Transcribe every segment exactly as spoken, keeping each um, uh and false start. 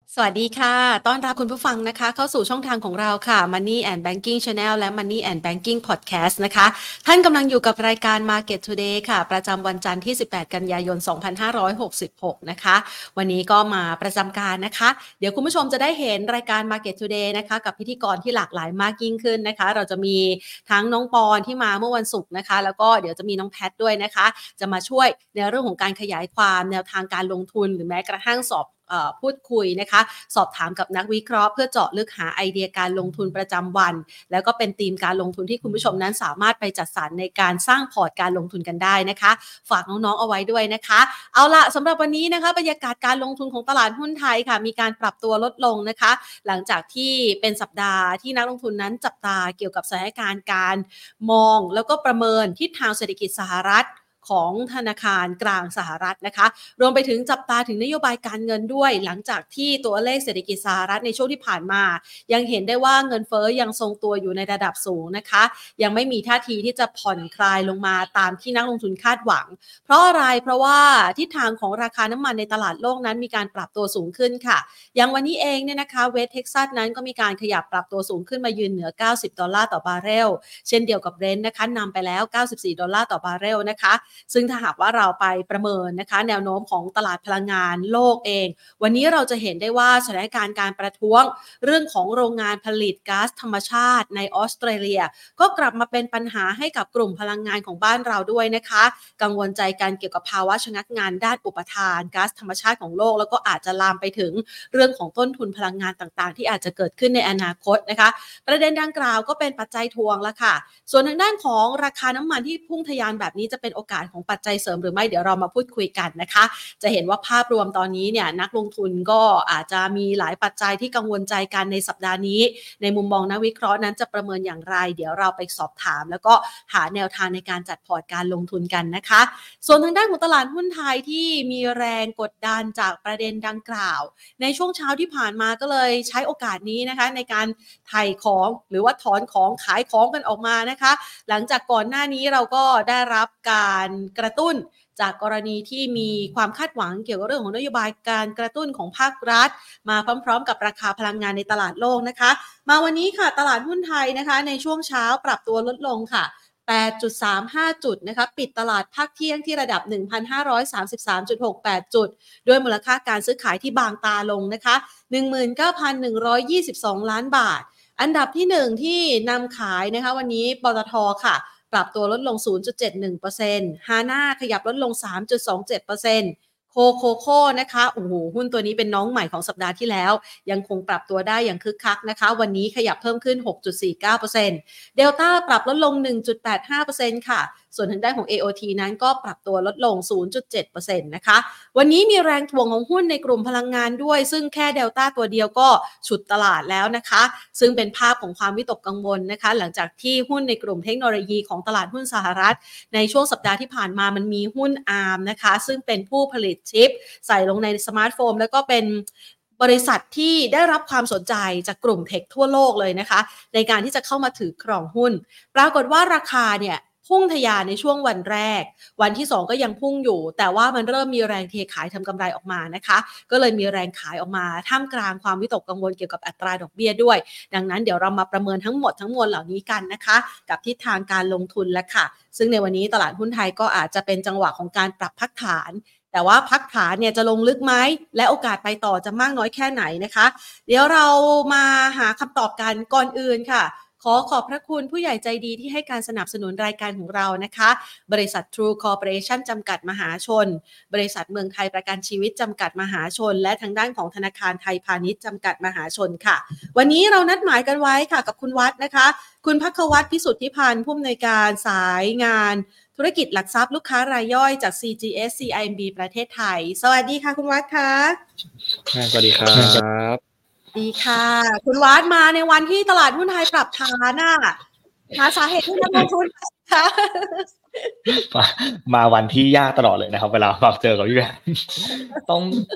สวัสดีค่ะต้อนรับคุณผู้ฟังนะคะเข้าสู่ช่องทางของเราค่ะ Money and Banking Channel และ Money and Banking Podcast นะคะท่านกำลังอยู่กับรายการ Market Today ค่ะประจำวันจันทร์ที่สิบแปดกันยายนสองพันห้าร้อยหกสิบหกนะคะวันนี้ก็มาประจำการนะคะเดี๋ยวคุณผู้ชมจะได้เห็นรายการ Market Today นะคะกับพิธีกรที่หลากหลายมากยิ่งขึ้นนะคะเราจะมีทั้งน้องปอนที่มาเมื่อวันศุกร์นะคะแล้วก็เดี๋ยวจะมีน้องแพทด้วยนะคะจะมาช่วยในเรื่องของการขยายความแนวทางการลงทุนหรือแม้กระทั่งสอบพูดคุยนะคะสอบถามกับนักวิเคราะห์เพื่อเจาะลึกหาไอเดียการลงทุนประจำวันแล้วก็เป็นธีมการลงทุนที่คุณผู้ชมนั้นสามารถไปจัดสรรในการสร้างพอร์ตการลงทุนกันได้นะคะฝากน้องๆเอาไว้ด้วยนะคะเอาล่ะสำหรับวันนี้นะคะบรรยากาศการลงทุนของตลาดหุ้นไทยค่ะมีการปรับตัวลดลงนะคะหลังจากที่เป็นสัปดาห์ที่นักลงทุนนั้นจับตาเกี่ยวกับสถานการณ์การมองแล้วก็ประเมินทิศทางเศรษฐกิจสหรัฐของธนาคารกลางสหรัฐนะคะรวมไปถึงจับตาถึงนโยบายการเงินด้วยหลังจากที่ตัวเลขเศรษฐกิจสหรัฐในช่วงที่ผ่านมายังเห็นได้ว่าเงินเฟ้อยังทรงตัวอยู่ในระดับสูงนะคะยังไม่มีท่าทีที่จะผ่อนคลายลงมาตามที่นักลงทุนคาดหวังเพราะอะไรเพราะว่าทิศทางของราคาน้ำมันในตลาดโลกนั้นมีการปรับตัวสูงขึ้นค่ะอย่างวันนี้เองเนี่ยนะคะเวสต์เท็กซัสนั้นก็มีการขยับปรับตัวสูงขึ้นมายืนเหนือเก้าสิบดอลลาร์ต่อบาร์เรลเช่นเดียวกับเบรนท์นะคะนำไปแล้วเก้าสิบสี่ดอลลาร์ต่อบาร์เรลนะคะซึ่งถ้าหากว่าเราไปประเมินนะคะแนวโน้มของตลาดพลังงานโลกเองวันนี้เราจะเห็นได้ว่าสถานการณ์การประท้วงเรื่องของโรงงานผลิตก๊าซธรรมชาติในออสเตรเลียก็กลับมาเป็นปัญหาให้กับกลุ่มพลังงานของบ้านเราด้วยนะคะกังวลใจการเกี่ยวกับภาวะชะงักงานด้านอุปทานก๊าซธรรมชาติของโลกแล้วก็อาจจะลามไปถึงเรื่องของต้นทุนพลังงานต่างๆที่อาจจะเกิดขึ้นในอนาคตนะคะประเด็นดังกล่าวก็เป็นปัจจัยทวงละค่ะส่วนทางด้านของราคาน้ำมันที่พุ่งทะยานแบบนี้จะเป็นโอกาสของปัจจัยเสริมหรือไม่เดี๋ยวเรามาพูดคุยกันนะคะจะเห็นว่าภาพรวมตอนนี้เนี่ยนักลงทุนก็อาจจะมีหลายปัจจัยที่กังวลใจกันในสัปดาห์นี้ในมุมมองนักวิเคราะห์นั้นจะประเมินอย่างไรเดี๋ยวเราไปสอบถามแล้วก็หาแนวทางในการจัดพอร์ตการลงทุนกันนะคะส่วนทางด้านของตลาดหุ้นไทยที่มีแรงกดดันจากประเด็นดังกล่าวในช่วงเช้าที่ผ่านมาก็เลยใช้โอกาสนี้นะคะในการไถ่ของหรือว่าถอนของขายของกันออกมานะคะหลังจากก่อนหน้านี้เราก็ได้รับการกระตุ้นจากกรณีที่มีความคาดหวังเกี่ยวกับเรื่องของนโยบายการกระตุ้นของภาครัฐมาพร้อมๆกับราคาพลังงานในตลาดโลกนะคะมาวันนี้ค่ะตลาดหุ้นไทยนะคะในช่วงเช้าปรับตัวลดลงค่ะ แปดจุดสามห้า จุดนะคะปิดตลาดภาคเที่ยงที่ระดับ หนึ่งพันห้าร้อยสามสิบสามจุดหกแปด จุดด้วยมูลค่าการซื้อขายที่บางตาลงนะคะ หนึ่งหมื่นเก้าพันหนึ่งร้อยยี่สิบสอง ล้านบาทอันดับที่หนึ่งที่นำขายนะคะวันนี้ปตท.ค่ะปรับตัวลดลง ศูนย์จุดเจ็ดหนึ่งเปอร์เซ็นต์ ฮาน่าขยับลดลง สามจุดสองเจ็ดเปอร์เซ็นต์ โคโคโค่นะคะโอ้โหหุ้นตัวนี้เป็นน้องใหม่ของสัปดาห์ที่แล้วยังคงปรับตัวได้อย่างคึกคักนะคะวันนี้ขยับเพิ่มขึ้น หกจุดสี่เก้าเปอร์เซ็นต์ Delta ปรับลดลง หนึ่งจุดแปดห้าเปอร์เซ็นต์ ค่ะส่วนทางด้านของ เอ โอ ที นั้นก็ปรับตัวลดลง ศูนย์จุดเจ็ดเปอร์เซ็นต์ นะคะวันนี้มีแรงถ่วงของหุ้นในกลุ่มพลังงานด้วยซึ่งแค่ Delta ตัวเดียวก็ฉุดตลาดแล้วนะคะซึ่งเป็นภาพของความวิตกกังวลนะคะหลังจากที่หุ้นในกลุ่มเทคโนโลยีของตลาดหุ้นสหรัฐในช่วงสัปดาห์ที่ผ่านมามันมีหุ้น อาร์ม นะคะซึ่งเป็นผู้ผลิตชิปใส่ลงในสมาร์ทโฟนแล้วก็เป็นบริษัทที่ได้รับความสนใจจากกลุ่มเทคทั่วโลกเลยนะคะในการที่จะเข้ามาถือครองหุ้นปรากฏว่าราคาเนี่ยพุ่งทะยานในช่วงวันแรกวันที่สองก็ยังพุ่งอยู่แต่ว่ามันเริ่มมีแรงเทขายทำกำไรออกมานะคะก็เลยมีแรงขายออกมาท่ามกลางความวิตกกังวลเกี่ยวกับอัตราดอกเบี้ยด้วยดังนั้นเดี๋ยวเรามาประเมินทั้งหมดทั้งมวลเหล่านี้กันนะคะกับทิศทางการลงทุนแล้วค่ะซึ่งในวันนี้ตลาดหุ้นไทยก็อาจจะเป็นจังหวะของการปรับพักฐานแต่ว่าพักฐานเนี่ยจะลงลึกไหมและโอกาสไปต่อจะมากน้อยแค่ไหนนะคะเดี๋ยวเรามาหาคำตอบกันก่อนอื่นค่ะขอขอบพระคุณผู้ใหญ่ใจดีที่ให้การสนับสนุนรายการของเรานะคะบริษัท True Corporation จำกัดมหาชนบริษัทเมืองไทยประกันชีวิตจำกัดมหาชนและทางด้านของธนาคารไทยพาณิชย์จำกัดมหาชนค่ะวันนี้เรานัดหมายกันไว้ค่ะกับคุณวัฒน์นะคะคุณภัควัฒน์พิสุทธิพันธ์ผู้อำนวยการสายงานธุรกิจหลักทรัพย์ลูกค้ารายย่อยจาก ซี จี เอส ซี ไอ เอ็ม บี ประเทศไทยสวัสดีค่ะคุณวัฒน์ค่ะสวัสดีครับดีค่ะคุณวัฒน์มาในวันที่ตลาดหุ้นไทยปรับฐานน่ะหาสาเหตุที่นักลงทุนค่ะมามาวันที่ยากตลอดเลยนะครับเวลาปรับเจอกับพี่แบงค์ต้อง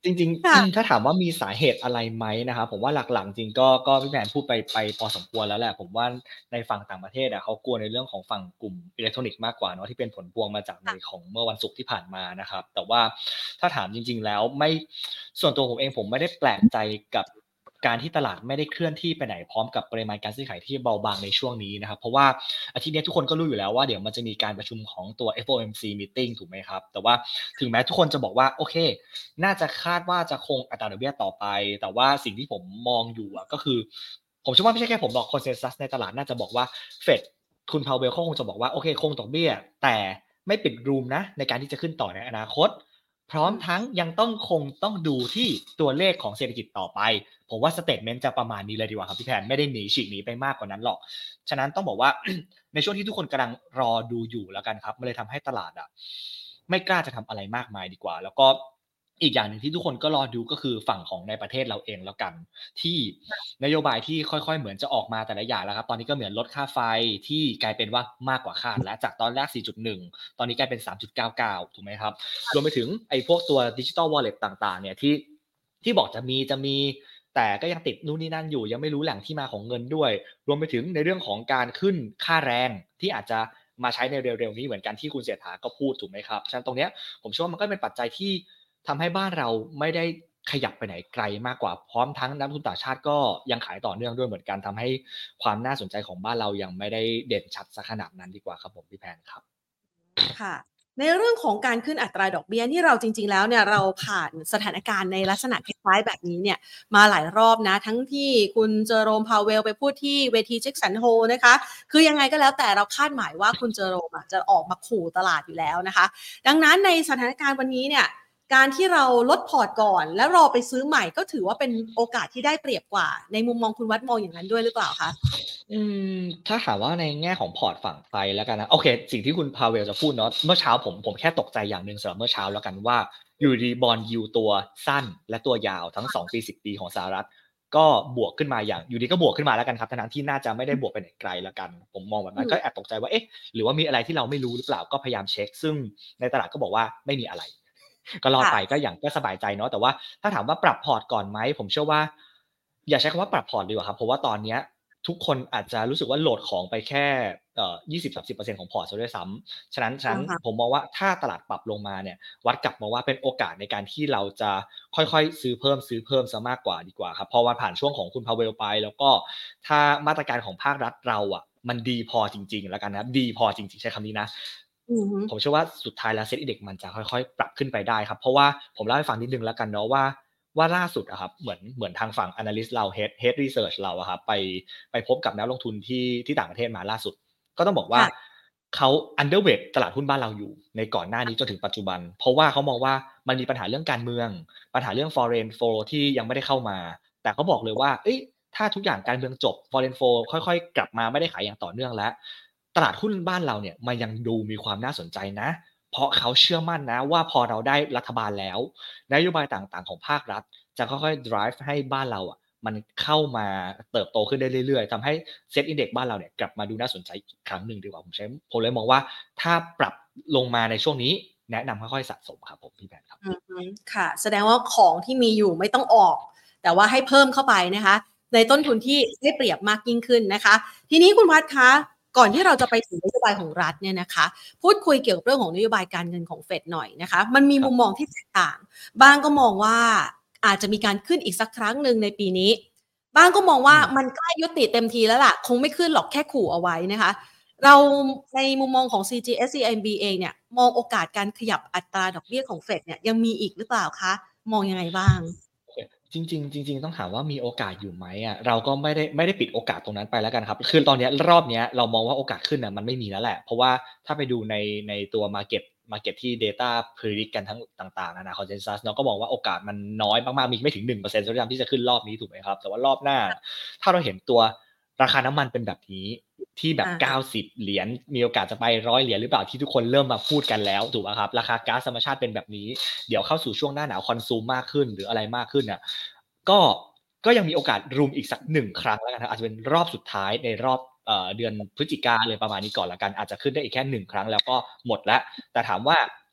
จริงค่ะๆ ถ้าถามว่ามีสาเหตุอะไรไหมนะครับผมว่าหลักๆจริงก็ ก็พี่แพนพูดไป ไปพอสมควรแล้วแหละ ผมว่าในฝั่งต่างประเทศอะเขากลัวในเรื่องของฝั่งกลุ่มอิเล็กทรอนิกส์มากกว่าเนาะ ที่เป็นผลพวงมาจากในค่ะของเมื่อวันศุกร์ที่ผ่านมานะครับ แต่ว่าถ้าถามจริง ๆ แล้วไม่ ส่วนตัวผมเองผมไม่ได้แปลกใจกับการที่ตลาดไม่ได้เคลื่อนที่ไปไหนพร้อมกับปริมาณการซื้อขายที่เบาบางในช่วงนี้นะครับ เพราะว่าอาทิตย์นี้ทุกคนก็รู้อยู่แล้วว่าเดี๋ยวมันจะมีการประชุมของตัว เอฟ โอ เอ็ม ซี Meeting ถูกไหมครับ แต่ว่าถึงแม้ทุกคนจะบอกว่า โอเค น่าจะคาดว่าจะคงอัตราดอกเบี้ยต่อไป แต่ว่าสิ่งที่ผมมองอยู่อะ ก็คือ ผมเชื่อว่าไม่ใช่แค่ผมหรอก Consensus ในตลาดน่าจะบอกว่า Fed คุณ Powell เขาคงจะบอกว่า โอเค คงดอกเบี้ย แต่ไม่ปิด room นะในการที่จะขึ้นต่อในอนาคต พร้ออมืมทั้งยังต้อง คงต้องดูที่ตัวเลขของเศรษฐกิจต่อไป ผมว่าสเตตเมนต์จะประมาณนี้เลยดีกว่าครับพี่แพน ไม่ได้หนี ฉีกหนีไปมากกว่านั้นหรอก ฉะนั้นต้องบอกว่า ในช่วงที่ทุกคนกำลังรอดูอยู่แล้วกันครับ มันเลยทำให้ตลาดอะไม่กล้าจะทำอะไรมากมายดีกว่า แล้วก็อีกอย่างหนึ่งที่ทุกคนก็รอดู ก็คือฝั่งของในประเทศเราเองแล้วกัน ที่ค่ะนโยบายที่ค่อย ๆ เหมือนจะออกมาแต่ละอย่างแล้วครับ ตอนนี้ก็เหมือนลดค่าไฟที่กลายเป็นว่ามากกว่าคาดแล้ว จากตอนแรก สี่จุดหนึ่ง ตอนนี้กลายเป็น สามจุดเก้าเก้า ถูกไหมครับค่ระวมไปถึงไอ้พวกตัว Digital Wallet ต่าง ๆ เนี่ยที่ ที่บอกจะมี จะมี แต่ก็ยังติดนู่นนี่นั่นอยู่ ยังไม่รู้แหล่งที่มาของเงินด้วย รวมไปถึงในเรื่องของการขึ้นค่าแรงที่อาจจะมาใช้ในเร็ว ๆ นี้เหมือนกันที่คุณเศรษฐาก็พูด ถูกไหมครับ ฉะนั้นตรงเนี้ยผมเชื่อว่ามันก็เป็นปัจจัยที่ทำให้บ้านเราไม่ได้ขยับไปไหนไกลมากกว่า พร้อมทั้งนักลงทุนต่างชาติก็ยังขายต่อเนื่องด้วยเหมือนกัน ทำให้ความน่าสนใจของบ้านเรายังไม่ได้เด่นชัดเสียขนาดนั้นดีกว่าครับผม พี่แพนครับค่ะ ในเรื่องของการขึ้นอัตราดอกเบี้ยนี่เราจริง ๆ แล้วเนี่ย เราผ่านสถานการณ์ในลักษณะคล้าย ๆ แบบนี้เนี่ยมาหลายรอบนะ ทั้งที่คุณ Jerome Powell ไปพูดที่เวที Jackson Hole นะคะ คือยังไงก็แล้วแต่เราคาดหมายว่าคุณ Jerome อะจะออกมาขู่ตลาดอยู่แล้วนะคะ ดังนั้นในสถานการณ์วันนี้เนี่ย การที่เราลดพอร์ตก่อน แล้วรอไปซื้อใหม่ ก็ถือว่าเป็นโอกาสที่ได้เปรียบกว่า ในมุมมองคุณวัดมองอย่างนั้นด้วยหรือเปล่าคะ? อืม ถ้าถามว่าในแง่ของพอร์ตฝั่งไทยแล้วกันนะ โอเค สิ่งที่คุณ Powell จะพูดเนาะ เมื่อเช้าผม ผมแค่ตกใจอย่างหนึ่งสำหรับเมื่อเช้าแล้วกันว่า อยู่ดี ๆ Bond Yield ตัวสั้นและตัวยาวทั้งค่สองะปี สิบ ปีของสหรัฐ ก็บวกขึ้นมาอย่าง อยู่ดีก็บวกขึ้นมาแล้วกันครับ ทั้ง ๆ ที่น่าจะไม่ได้บวกไปไหนไกลแล้วกัน ผมมองแบบอนืั้น ก็มแอบตกใจว่า เอ๊ะ หรือว่ามีอะไรที่เราไม่รู้หรือเปล่า ก็พยายามเช็ก ซึ่งในตลาดก็บอกว่าไม่มีอะไร ก็รอคด่ไปะก็อย่าง ก็สบายใจเนาะ แต่ว่าถ้าถามว่าปรับพอร์ตก่อนไหม ผมเชื่อว่า อย่าใช้คำว่าปรับพอร์ตดีกว่าครับ เพราะว่าตอนเนี้ยทุกคนอาจจะรู้สึกว่าโหลดของไปแค่ เอ่อ ยี่สิบสามสิบเปอร์เซ็นต์ ของพอร์ตเสียด้วยซ้ำ ฉะนั้น ฉะอนัะ้นฮะผมมองว่าถ้าตลาดปรับลงมาเนี่ย วัดกลับมาว่าเป็นโอกาสในการที่เราจะค่อย ๆ ซื้อเพิ่ม ซื้อเพิ่มเสียมากกว่าดีกว่าครับ พอมาผ่านช่วงของคุณ Powell ไป แล้วก็ถ้ามาตรการของภาครัฐเราอะมันดีพอจริง ๆ แล้วกันนะครับ ดีพอจริง ๆ ใช้คำนี้นะอือฮึผมเชื่อว่าสุดท้ายแล้ว Set Index มันจะค่อย ๆ ปรับขึ้นไปได้ครับ เพราะว่าผมเล่าให้ฟังนิดหนึ่งแล้วกันเนาะว่า ว่าล่าสุดอะครับ เหมือน เหมือนทางฝั่ง Analyst เรา Head Head Research เราอะครับ ไป ไปพบกับนักลงทุนที่ ที่ต่างประเทศมาล่าสุด ก็ต้องบอกวค่า่ะเขา underweight ตลาดหุ้นบ้านเราอยู่ในก่อนหน้านี้จนถึงปัจจุบัน เพราะว่าเขามองว่ามันมีปัญหาเรื่องการเมือง ปัญหาเรื่อง Foreign Flow ที่ยังไม่ได้เข้ามา แต่เขาบอกเลยว่า เฮ้ย ถ้าทุกอย่างการเมืองจบ Foreign Flow ค่อย ๆ กลับมาไม่ได้ขายอย่างต่อเนื่องแล้ว ตลาดหุ้นบ้านเราเนี่ยมันยังดูมีความน่าสนใจนะ เพราะเขาเชื่อมั่นนะว่าพอเราได้รัฐบาลแล้ว นโยบายต่าง ๆ ของภาครัฐจะค่อย ๆ ไดรฟ์ให้บ้านเราอะมันเข้ามาเติบโตขึ้นได้เรื่อย ๆ ทำให้ Set Index บ้านเราเนี่ยกลับมาดูน่าสนใจอีกครั้งหนึ่งดีกว่า ผมใช้ ผมเลยมองว่าถ้าปรับลงมาในช่วงนี้ แนะนำค่อย ๆ สะสมครับผม พี่แพนครับอือฮึ ค่ะ แสดงว่าของที่มีอยู่ไม่ต้องออก แต่ว่าให้เพิ่มเข้าไปนะคะ ในต้นทุนที่ได้เปรียบมากยิ่งขึ้นนะคะ ทีนี้คุณพัดคะ ก่อนที่เราจะไปถึงนโยบายของรัฐเนี่ยนะคะ พูดคุยเกี่ยวกับเรื่องของนโยบายการเงินของ Fed หน่อยนะคะ มันมีครมุัมบมองที่แตกต่าง บ้างก็มองว่าอาจจะมีการขึ้นอีกสักครั้งหนึ่งในปีนี้ บ้างก็มองวอ่าืมมันใกล้ยุติเต็มทีแล้วล่ะ คงไม่ขึ้นหรอกแค่ขู่เอาไว้นะคะ เรา ในมุมมองของ ซี จี เอส ซี ไอ เอ็ม บี เองเนี่ย มองโอกาสการขยับอัตราดอกเบี้ยของ Fed เนี่ยยังมีอีกหรือเปล่าคะ มองยังไงบ้าง? โอเค จริง ๆ จริง ๆ ต้องถามว่ามีโอกาสอยู่ไหมอะ เราก็ไม่ได้ ไม่ได้ปิดโอกาสตรงนั้นไปแล้วกันครับ คือตอนเนี้ย รอบเนี้ยเรามองว่าโอกาสขึ้นน่ะมันไม่มีแล้วแหละ เพราะว่าถ้าไปดูใน ในตัว market market ที่ Data Predict กันทั้งต่าง ๆ นานา Consensus เนาะ ก็มองว่าโอกาสมันน้อยมาก ๆ มีไม่ถึง หนึ่งเปอร์เซ็นต์ ซะด้วยซ้ำที่จะขึ้นรอบนี้ ถูกไหมครับ แต่ว่ารอบหน้าค่ะถ้าเราเห็นตัวราคาน้ำมันเป็นแบบนี้ ที่แบอบะเกฮ้าะสิบ เหรียญ มีโอกาสจะไป ร้อย เหรียญหรือเปล่า ที่ทุกคนเริ่มมาพูดกันแล้ว ถูกเปล่าครับ ราคาก๊าซธรรมชาติเป็นแบบนี้ เดี๋ยวเข้าสู่ช่วงหน้าหนาว Consume มากขึ้น หรืออะไรมากขึ้นน่ะ ก็ ก็ยังมีโอกาส Room อีกสัก หนึ่ง ครั้งแล้วกันครับ อาจจะเป็นรอบสุดท้ายในรอบ เอ่อ เดือนพฤศจิกา อะไรประมาณนี้ก่อนแล้วกัน อาจจะขึ้นได้อีกแค่ หนึ่ง ครั้งแล้วก็หมดแล้ว แต่ถามว่า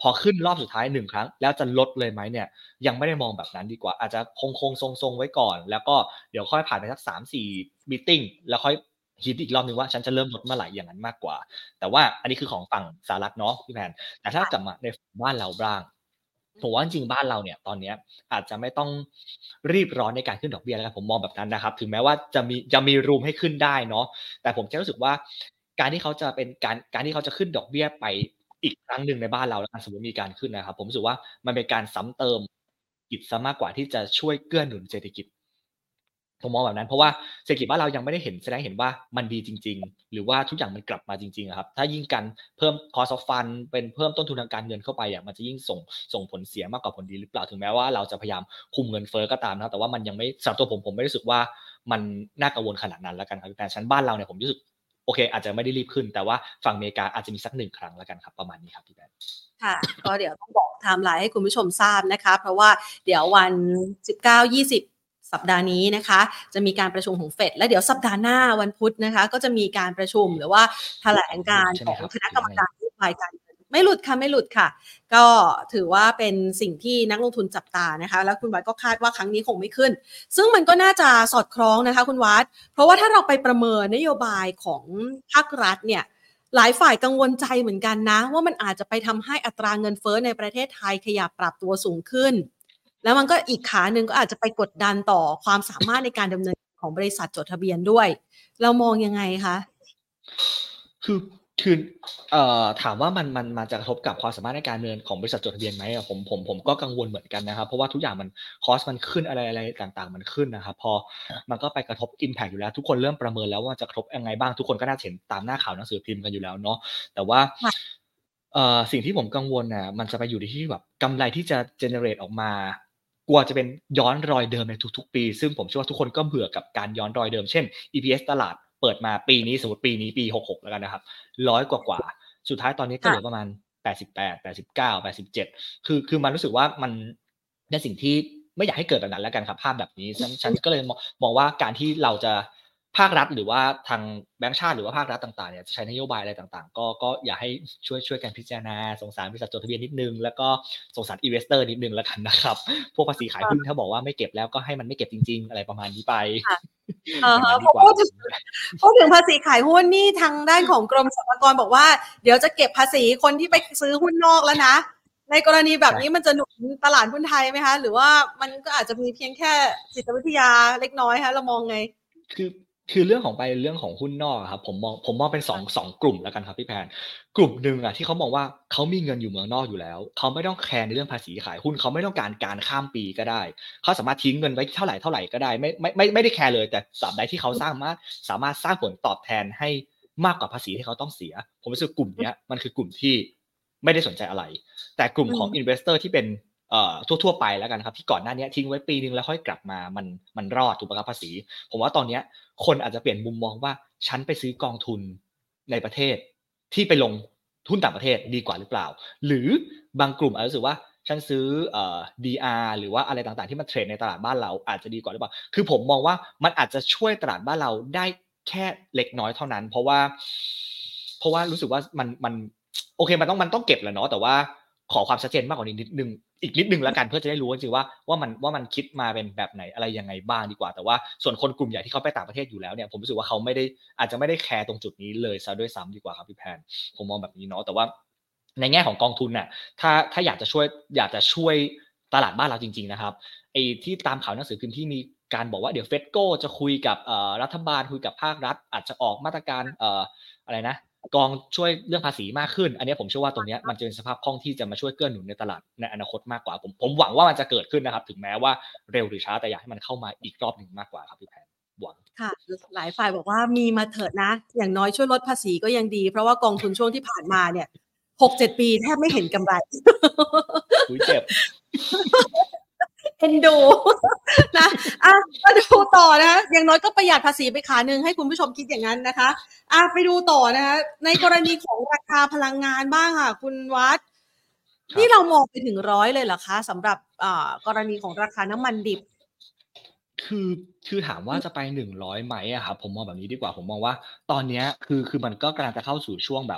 พอขึ้นรอบสุดท้ายหนึ่งครั้งแล้วจะลดเลยไหมเนี่ยยังไม่ได้มองแบบนั้นดีกว่าอาจจะคงๆทรงๆไว้ก่อนแล้วก็เดี๋ยวค่อยผ่านไปสักสามถึงสี่มีตติงแล้วค่อยคิดอีกรอบหนึ่งว่าฉันจะเริ่มลดเมื่อไหร่อย่างนั้นมากกว่าแต่ว่าอันนี้คือของฝั่งสหรัฐเนาะพี่แพนแต่ถ้ากลับมาในฝั่งบ้านเราบ้างผมว่าจริงๆบ้านเราเนี่ยตอนเนี้ยอาจจะไม่ต้องรีบร้อนในการขึ้นดอกเบี้ยแล้วกันผมมองแบบนั้นนะครับถึงแม้ว่าจะมีจะมี room ให้ขึ้นได้เนาะแต่ผมแค่รู้สึกว่าการที่เขาจะเป็นการการที่เขาจะขึ้นดอกเบี้ยไปอีกครั้งหนึ่งในบ้านเราแล้วกันสมมุติมีการขึ้นนะครับผมรู้สึกว่ามันเป็นการซ้ำเติมกิจเสียมากกว่าที่จะช่วยเกื้อหนุนเศรษฐกิจ ผมมองแบบนั้นเพราะว่าเศรษฐกิจบ้านเรายังไม่ได้เห็นแสดงให้เห็นว่ามันดีจริงๆหรือว่าทุกอย่างมันกลับมาจริงๆอะครับถ้ายิ่งการเพิ่ม cost of fund เป็นเพิ่มต้นทุนทางการเงินเข้าไปอะมันจะยิ่งส่งส่งผลเสียมากกว่าผลดีหรือเปล่าถึงแม้ว่าเราจะพยายามคุมเงินเฟ้อก็ตามนะครับแต่ว่ามันยังไม่สำหรับตัวผมผมไม่รู้สึกว่ามันน่ากังวลขนาดนั้นแล้วกันครับแต่ชั้นบ้านเราเนี่ยผมรู้สึกโอเคอาจจะไม่ได้รีบขึ้นแต่ว่าฝั่งอเมริกาอาจจะมีสักหนึ่งครั้งแล้วกันครับประมาณนี้ครับพี่แบนค่ะก็เดี๋ยวต้องบอกไทม์ไลน์ให้คุณผู้ชมทราบนะคะเพราะว่าเดี๋ยววันสิบเก้าถึงยี่สิบสัปดาห์นี้นะคะจะมีการประชุมของเฟดและเดี๋ยวสัปดาห์หน้าวันพุธนะคะก็จะมีการประชุมหรือว่าแถลงการของคณะกรรมการนโยบายการเงินไม่หลุดค่ะไม่หลุดค่ะก็ถือว่าเป็นสิ่งที่นักลงทุนจับตานะคะแล้วคุณวัดก็คาดว่าครั้งนี้คงไม่ขึ้นซึ่งมันก็น่าจะสอดคล้องนะคะคุณวัดเพราะว่าถ้าเราไปประเมินนโยบายของภาครัฐเนี่ยหลายฝ่ายกังวลใจเหมือนกันนะว่ามันอาจจะไปทำให้อัตราเงินเฟ้อในประเทศไทยขยับปรับตัวสูงขึ้นแล้วมันก็อีกขาหนึ่งก็อาจจะไปกดดันต่อความสามารถในการดำเนินของบริษัทจดทะเบียนด้วยเรามองยังไงคะคือคือเอ่อถามว่ามันมันมันจะกระทบกับความสามารถในการเงินของบริษัทจดทะเบียนไหมอะผมผมผมก็กังวลเหมือนกันนะครับเพราะว่าทุกอย่างมันคอสต์มันขึ้นอะไรๆต่างๆมันขึ้นนะครับพอมันก็ไปกระทบ impact อยู่แล้วทุกคนเริ่มประเมินแล้วว่าจะกระทบยังไงบ้างทุกคนก็น่าจะเห็นตามหน้าข่าวหนังสือพิมพ์กันอยู่แล้วเนาะแต่ว่าเอ่อสิ่งที่ผมกังวลน่ะมันจะไปอยู่ที่แบบกำไรที่จะ generate ออกมากลัวจะเป็นย้อนรอยเดิมในทุกๆปีซึ่งผมเชื่อว่าทุกคนก็เบื่อกับการย้อนรอยเดิมเช่น อี พี เอส ตลาดเปิดมาปีนี้สมมุติปีนี้ปีหกสิบหกแล้วกันนะครับร้อยกว่าๆสุดท้ายตอนนี้ก็เหลือประมาณแปดสิบแปด แปดสิบเก้า แปดสิบเจ็ดคือคือมันรู้สึกว่ามันเป็นสิ่งที่ไม่อยากให้เกิดแบบนั้นแล้วกันครับภาพแบบนี้ฉันฉันก็เลยมองมองว่าการที่เราจะภาครัฐหรือว่าทางแบงก์ชาติหรือว่าภาครัฐต่างๆเนี่ยจะใช้นโยบายอะไรต่างๆก็ก็อยากให้ช่วยช่วยกันพิจารณาสงสารบริษัทจดทะเบียนนิดหนึ่งแล้วก็สงสาร investor นิดหนึ่งแล้วกันนะครับพวกภาษีขายหุ้นถ้าบอกว่าไม่เก็บแล้วก็ให้มันไม่เก็บจริงๆอะไรประมาณนี้ไปอย่างนั้นดีกว่าพูดถึงพูดถึงภาษีขายหุ้นนี่ทางด้านของกรมสรรพากรบอกว่าเดี๋ยวจะเก็บภาษีคนที่ไปซื้อหุ้นนอกแล้วนะในกรณีแบบนี้มันจะหนุนตลาดหุ้นไทยไหมคะหรือว่ามันก็อาจจะมีเพียงแค่จิตวิทยาเล็กน้อยคะเรามองไงคือคือเรื่องของไปเรื่องของหุ้นนอกอะครับผมมองผมมองเป็นสอง สองกลุ่มแล้วกันครับพี่แพนกลุ่มหนึ่งอะที่เขามองว่าเขามีเงินอยู่เมืองนอกอยู่แล้วเขาไม่ต้องแคร์ในเรื่องภาษีขายหุ้นเขาไม่ต้องการการข้ามปีก็ได้เขาสามารถทิ้งเงินไว้เท่าไรๆก็ได้ไม่ไม่ไม่ไม่ได้แคร์เลยแต่ตราบใดที่เขาสร้างมารถสามารถสร้างผลตอบแทนให้มากกว่าภาษีที่เขาต้องเสียผมรู้สึกกลุ่มเนี้ยมันคือกลุ่มที่ไม่ได้สนใจอะไรแต่กลุ่มของ investor ที่เป็นเอ่อทั่วๆไปแล้วกันครับที่ก่อนหน้านี้ทิ้งไว้ปีนึงแล้วค่อยกลับมามันมันรอดถูกไหมครับภาษีผมว่าตอนเนี้ยคนอาจจะเปลี่ยนมุมมองว่าฉันไปซื้อกองทุนในประเทศที่ไปลงทุนต่างประเทศดีกว่าหรือเปล่าหรือบางกลุ่มอาจจะรู้สึกว่าฉันซื้อเอ่อ ดี อาร์ หรือว่าอะไรต่างๆที่มันเทรดในตลาดบ้านเราอาจจะดีกว่าหรือเปล่าคือผมมองว่ามันอาจจะช่วยตลาดบ้านเราได้แค่เล็กน้อยเท่านั้นเพราะว่าเพราะว่ารู้สึกว่ามันมันโอเคมันต้องมันต้องเก็บแหละเนาะแต่ว่าขอความชัดเจนมากกว่านี้นิดหนึ่งอีกนิดหนึ่งแล้วกันเพื่อจะได้รู้จริงๆว่าว่ามันว่ามันคิดมาเป็นแบบไหนอะไรยังไงบ้างดีกว่าแต่ว่าส่วนคนกลุ่มใหญ่ที่เขาไปต่างประเทศอยู่แล้วเนี่ยผมรู้สึกว่าเขาไม่ได้อาจจะไม่ได้แคร์ตรงจุดนี้เลยเสียด้วยซ้ำดีกว่าครับพี่แพนผมมองแบบนี้เนาะแต่ว่าในแง่ของกองทุนน่ะถ้าถ้าอยากจะช่วยอยากจะช่วยตลาดบ้านเราจริงๆนะครับไอ้ที่ตามข่าวหนังสือพิมพ์ที่มีการบอกว่าเดี๋ยว เฟดโก้ จะคุยกับเอ่อรัฐบาลคุยกับภาครัฐอาจจะออกมาตรการเอ่ออะไรนะ กองช่วยเรื่องภาษีมากขึ้นอันนี้ผมเชื่อว่าตรงนี้มันจะเป็นสภาพคล่องที่จะมาช่วยเกื้อหนุนในตลาดในอนาคตมากกว่าผมผมหวังว่ามันจะเกิดขึ้นนะครับถึงแม้ว่าเร็วหรือช้าแต่อยากให้มันเข้ามาอีกรอบหนึ่งมากกว่าครับพี่แพนหวังค่ะหลายฝ่ายบอกว่ามีมาเถิดนะอย่างน้อยช่วยลดภาษีก็ยังดีเพราะว่ากองทุนช่วงที่ผ่านมาเนี่ย หกเจ็ด ปีแทบไม่เห็นกำไรอุ๊ยเจ็บเอ็นดูนะอ่ะมาดูต่อนะคะอย่างน้อยก็ประหยัดภาษีไปขาหนึ่งให้คุณผู้ชมคิดอย่างนั้นนะคะอ่ะไปดูต่อนะคะในกรณีของราคาพลังงานบ้างค่ะคุณวัดนี่เรามองไปถึงร้อยเลยเหรอคะสำหรับอ่ากรณีของราคาน้ำมันดิบคือคือถามว่าจะไปหนึ่งร้อยไหมอะครับผมมองแบบนี้ดีกว่าผมมองว่าตอนเนี้ยคือคือมันก็กำลังจะเข้าสู่ช่วงแบบ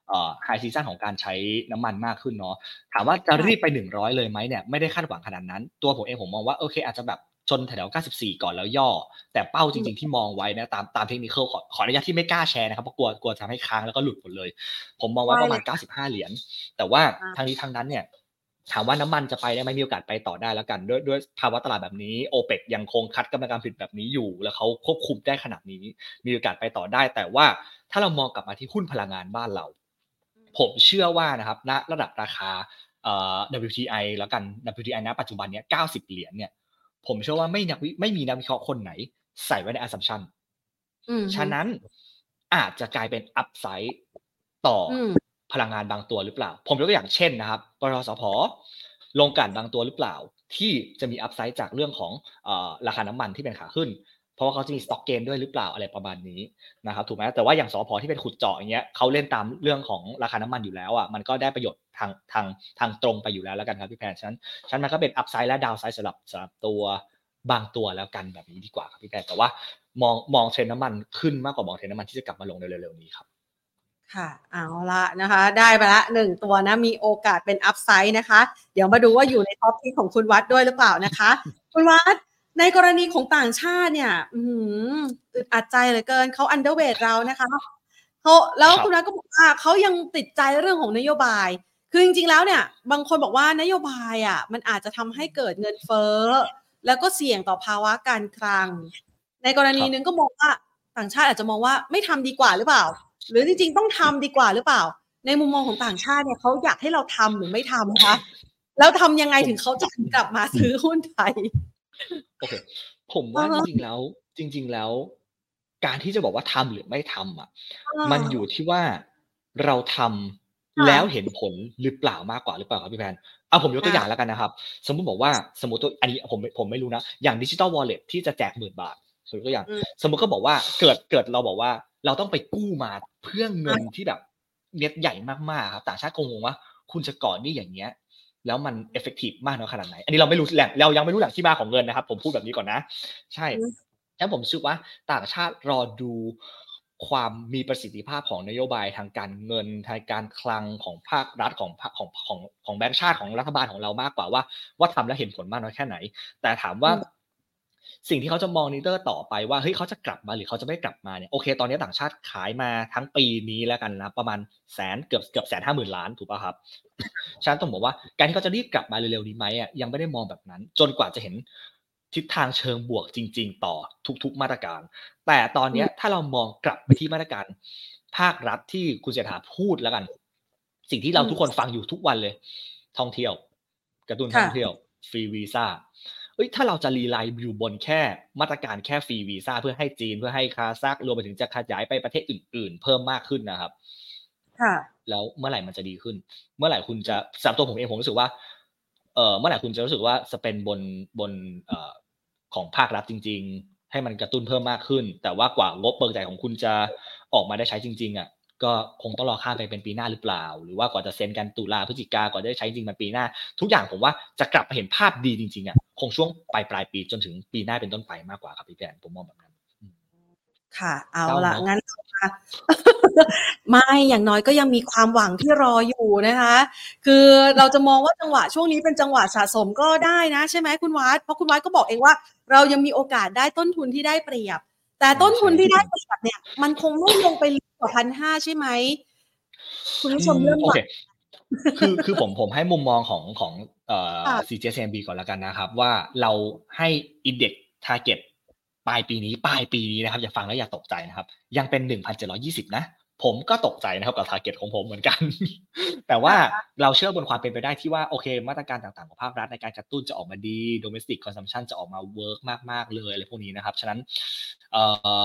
เอ่อไฮซีซั่นของการใช้น้ำมันมากขึ้นเนาะถามว่าจะรีบไปหนึ่งร้อยเลยไหมเนี่ยไม่ได้คาดหวังขนาดนั้นตัวผมเองผมมองว่าโอเคอาจจะแบบชนแถวๆเก้าสิบสี่ก่อนแล้วย่อแต่เป้าจริงๆที่มองไว้นะตามตามเทคนิคขอขออนุญาตที่ไม่กล้าแชร์นะครับเพราะกลัวกลัวทำให้ค้างแล้วก็หลุดหมดเลยผมมองไว้ประมาณเก้าสิบห้าเหรียญแต่ว่าทั้งนี้ทั้งนั้นเนี่ยถามว่าน้ำมันจะไปได้ไหมมีโอกาสไปต่อได้แล้วกันด้วยด้วยภาวะตลาดแบบนี้ โอเปก ยังคงคัดกำลังการผลิตแบบนี้อยู่แล้วเขาควบคุมได้ขนาดนี้มีโอกาสไปต่อได้แต่ว่าถ้าเรามองกลับมาที่หุ้นพลังงานบ้านเราผมเชื่อว่านะครับณระดับราคาเอ่อ ดับเบิลยู ที ไอ แล้วกัน ดับเบิลยู ที ไอ ณปัจจุบันเนี้ยเก้าสิบเหรียญเนี่ยผมเชื่อว่าไม่นักวิไม่มีนักวิเคราะห์คนไหนใส่ไว้ใน assumption อือฮึฉะนั้นอาจจะกลายเป็น upside ต่ออืมพลังงานบางตัวหรือเปล่าผมยกตัวอย่างเช่นนะครับปต สผ. โรงกลั่นบางตัวหรือเปล่าที่จะมี upside จากเรื่องของเอ่อราคาน้ำมันที่เป็นขาขึ้นเพราะว่าเขาจะมี stock gain ด้วยหรือเปล่าอะไรประมาณนี้นะครับถูกไหมแต่ว่าอย่างสผ. ที่เป็นขุดเจาะอย่างเงี้ยเขาเล่นตามเรื่องของราคาน้ำมันอยู่แล้วอะมันก็ได้ประโยชน์ทางทางทางตรงไปอยู่แล้วแล้วกันครับพี่แพนฉะนั้นฉะนั้นมันก็เป็น upside และ downside สำหรับสำหรับตัวบางตัวแล้วกันแบบนี้ดีกว่าครับพี่แพนแต่ว่ามองมองเทรนด์น้ำมันขึ้นมากกว่ามองเทรนด์น้ำมันที่จะกลับมาลงในเร็วๆนี้ครับค่ะเอาละนะคะได้ไปละหนึ่งตัวนะมีโอกาสเป็นอัพไซด์นะคะเดี๋ยวมาดูว่าอยู่ในท็อปที่ของคุณวัดด้วยหรือเปล่านะคะคุณวัดในกรณีของต่างชาติเนี่ยอืมอึดอัดใจเหลือเกินเขาอันเดอร์เวทเรานะคะเขาแล้วคุณวัดก็บอกว่าเขายังติดใจเรื่องของนโยบายคือจริงๆแล้วเนี่ยบางคนบอกว่านโยบายอ่ะมันอาจจะทำให้เกิดเงินเฟ้อแล้วก็เสี่ยงต่อภาวะการคลังในกรณีนึงก็มองว่าต่างชาติอาจจะมองว่าไม่ทำดีกว่าหรือเปล่าหรือจริงๆต้องทำดีกว่าหรือเปล่าในมุมมองของต่างชาติเนี่ยเขาอยากให้เราทำหรือไม่ทำคะแล้วทำยังไงถึงเขาจะกลับมาซื้อหุ้นไทยโอเคผมว่าจริงๆแล้วจริงๆแล้วการที่จะบอกว่าทำหรือไม่ทำอะมันอยู่ที่ว่าเราทำแล้วเห็นผลหรือเปล่ามากกว่าหรือเปล่าครับพี่แพนเอาผมยกตัวอย่างแล้วกันนะครับสมมุติบอกว่าสมมุติตัวอันนี้ผมผมไม่รู้นะอย่าง Digital Wallet ที่จะแจกหมื่นบาทสมมุติตัวอย่างสมมุติก็บอกว่าเกิดเกิดเราบอกว่าเราต้องไปกู้มาเพื่อเงินที่แบบเม็ดใหญ่มากๆครับต่างชาติคงงงว่าคุณจะก่อหนี้อย่างเงี้ยแล้วมัน effective มากน้อยขนาดไหนอันนี้เราไม่รู้แหล่งเรายังไม่รู้แหล่งที่มาของเงินนะครับผมพูดแบบนี้ก่อนนะใช่ฉะนั้นผมเชื่อว่าต่างชาติรอดูความมีประสิทธิภาพของนโยบายทางการเงินทางการคลังของภาครัฐของภาคของของของแบงก์ชาติของรัฐบาลของเรามากกว่าว่าว่าทำแล้วเห็นผลมากน้อยแค่ไหนแต่ถามว่าสิ่งที่เขาจะมอนิเตอร์ต่อไปว่าเฮ้ยเขาจะกลับมาหรือเขาจะไม่กลับมาเนี่ยโอเคตอนนี้ต่างชาติขายมาทั้งปีนี้แล้วกันนะประมาณแสนเกือบเกือบแสนห้าหมื่นล้านถูกป่ะครับฉะนั้นต้องบอกว่าการที่เขาจะรีบกลับมาเร็วๆนี้ไหมอ่ะยังไม่ได้มองแบบนั้นจนกว่าจะเห็นทิศทางเชิงบวกจริงๆต่อทุกๆมาตรการแต่ตอนนี้ถ้าเรามองกลับไปที่มาตรการภาครัฐที่คุณเศรษฐาพูดแล้วกันสิ่งที่เราทุกคนฟังอยู่ทุกวันเลยท่องเที่ยวกระตุ้นท่องเที่ยวฟรีวีซ่าเอ้ยถ้าเราจะรีไลน์อยู่บนแค่มาตรการแค่ฟรีวีซ่าเพื่อให้จีนเพื่อให้คาซัครวมไปถึงจะขยายไปประเทศอื่นๆเพิ่มมากขึ้นนะครับค่ะแล้วเมื่อไหร่มันจะดีขึ้นเมื่อไหร่คุณจะสำหรับตัวผมเองผมรู้สึกว่าเอ่อเมื่อไหร่คุณจะรู้สึกว่าสเปนบนบนเอ่อของภาครัฐจริงๆให้มันกระตุ้นเพิ่มมากขึ้นแต่ว่ากว่างบเบิกจ่ายของคุณจะออกมาได้ใช้จริงๆอะก็คงต้องรอข้ามไปเป็นปีหน้าหรือเปล่าหรือว่ากว่าจะเซ็นกันตุลาพฤศจิกากว่าจะได้ใช้จริงมันปีหน้าทุกอย่างผมว่าจะกลับมาเห็นภาพดีจริงๆอะคงช่วงปลายปลายปีจนถึงปีหน้าเป็นต้นไปมากกว่าครับพี่แพนผมมองแบบนั้นค่ะเอาเศร้าล่ะเนาะงั้นไม่อย่างน้อยก็ยังมีความหวังที่รออยู่นะคะคือเราจะมองว่าจังหวะช่วงนี้เป็นจังหวะสะสมก็ได้นะใช่ไหมคุณวัดเพราะคุณวัดก็บอกเองว่าเรายังมีโอกาสได้ต้นทุนที่ได้เปรียบแต่ต้นทุนที่ได้เปรียบเนี่ยมันคงไม่ลงไปลึกกว่าพันห้าใช่ไหมคุณผู้ชมเริ่มหวังโอเคคือคือผมผมให้มุมมองของของเอ่อค่ะซี จี เอส เอ็ม บี ก่อนแล้วกันนะครับว่าเราให้ Index Target ปลายปีนี้ปลายปีนี้นะครับอย่าฟังแล้วอย่าตกใจนะครับยังเป็น หนึ่งพันเจ็ดร้อยยี่สิบ นะผมก็ตกใจนะครับกับ Target ของผมเหมือนกัน แต่ว่าเราเชื่อบนความเป็นไปได้ที่ว่าโอเคมาตรการต่างๆของภาครัฐในการกระตุ้นจะออกมาดี Domestic Consumption จะออกมาเวิร์กมากๆเลยอะไรพวกนี้นะครับฉะนั้นเอ่อ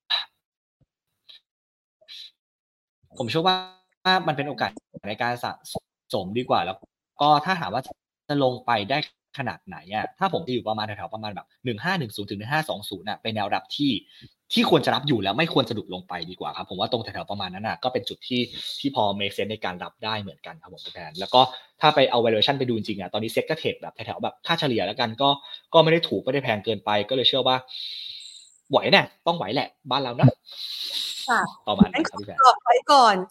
ผมเชื่อว่ามันเป็นโอกาสในการสะสมดีกว่าแล้วก็ถ้าถามว่าจะลงไปได้ขนาดไหนอะถ้าผมจะอยู่ประมาณแถวๆประมาณแบบหนึ่งพันห้าร้อยสิบถึงหนึ่งพันห้าร้อยยี่สิบน่ะเป็นแนวรับที่ที่ควรจะรับอยู่แล้วไม่ควรจะหลุดลงไปดีกว่าครับผมว่าตรงแถวๆประมาณนั้นน่ะก็เป็นจุดที่ที่พอ make sense ในการรับได้เหมือนกันครับผมคุณแทนแล้วก็ถ้าไปเอา valuation ไปดูจริงๆอะตอนนี้เซ็ตก็เทรดแบบแถวๆแบบค่าเฉลี่ยแล้วกันก็ก็ไม่ได้ถูกไม่ได้แพงเกินไปก็เลยเชื่อว่าไหวแน่ต้องไหวแหละบ้านเรานะค่ะประมาณงั้นขอนั้นครับพี่แพนตอบไว้ก่อน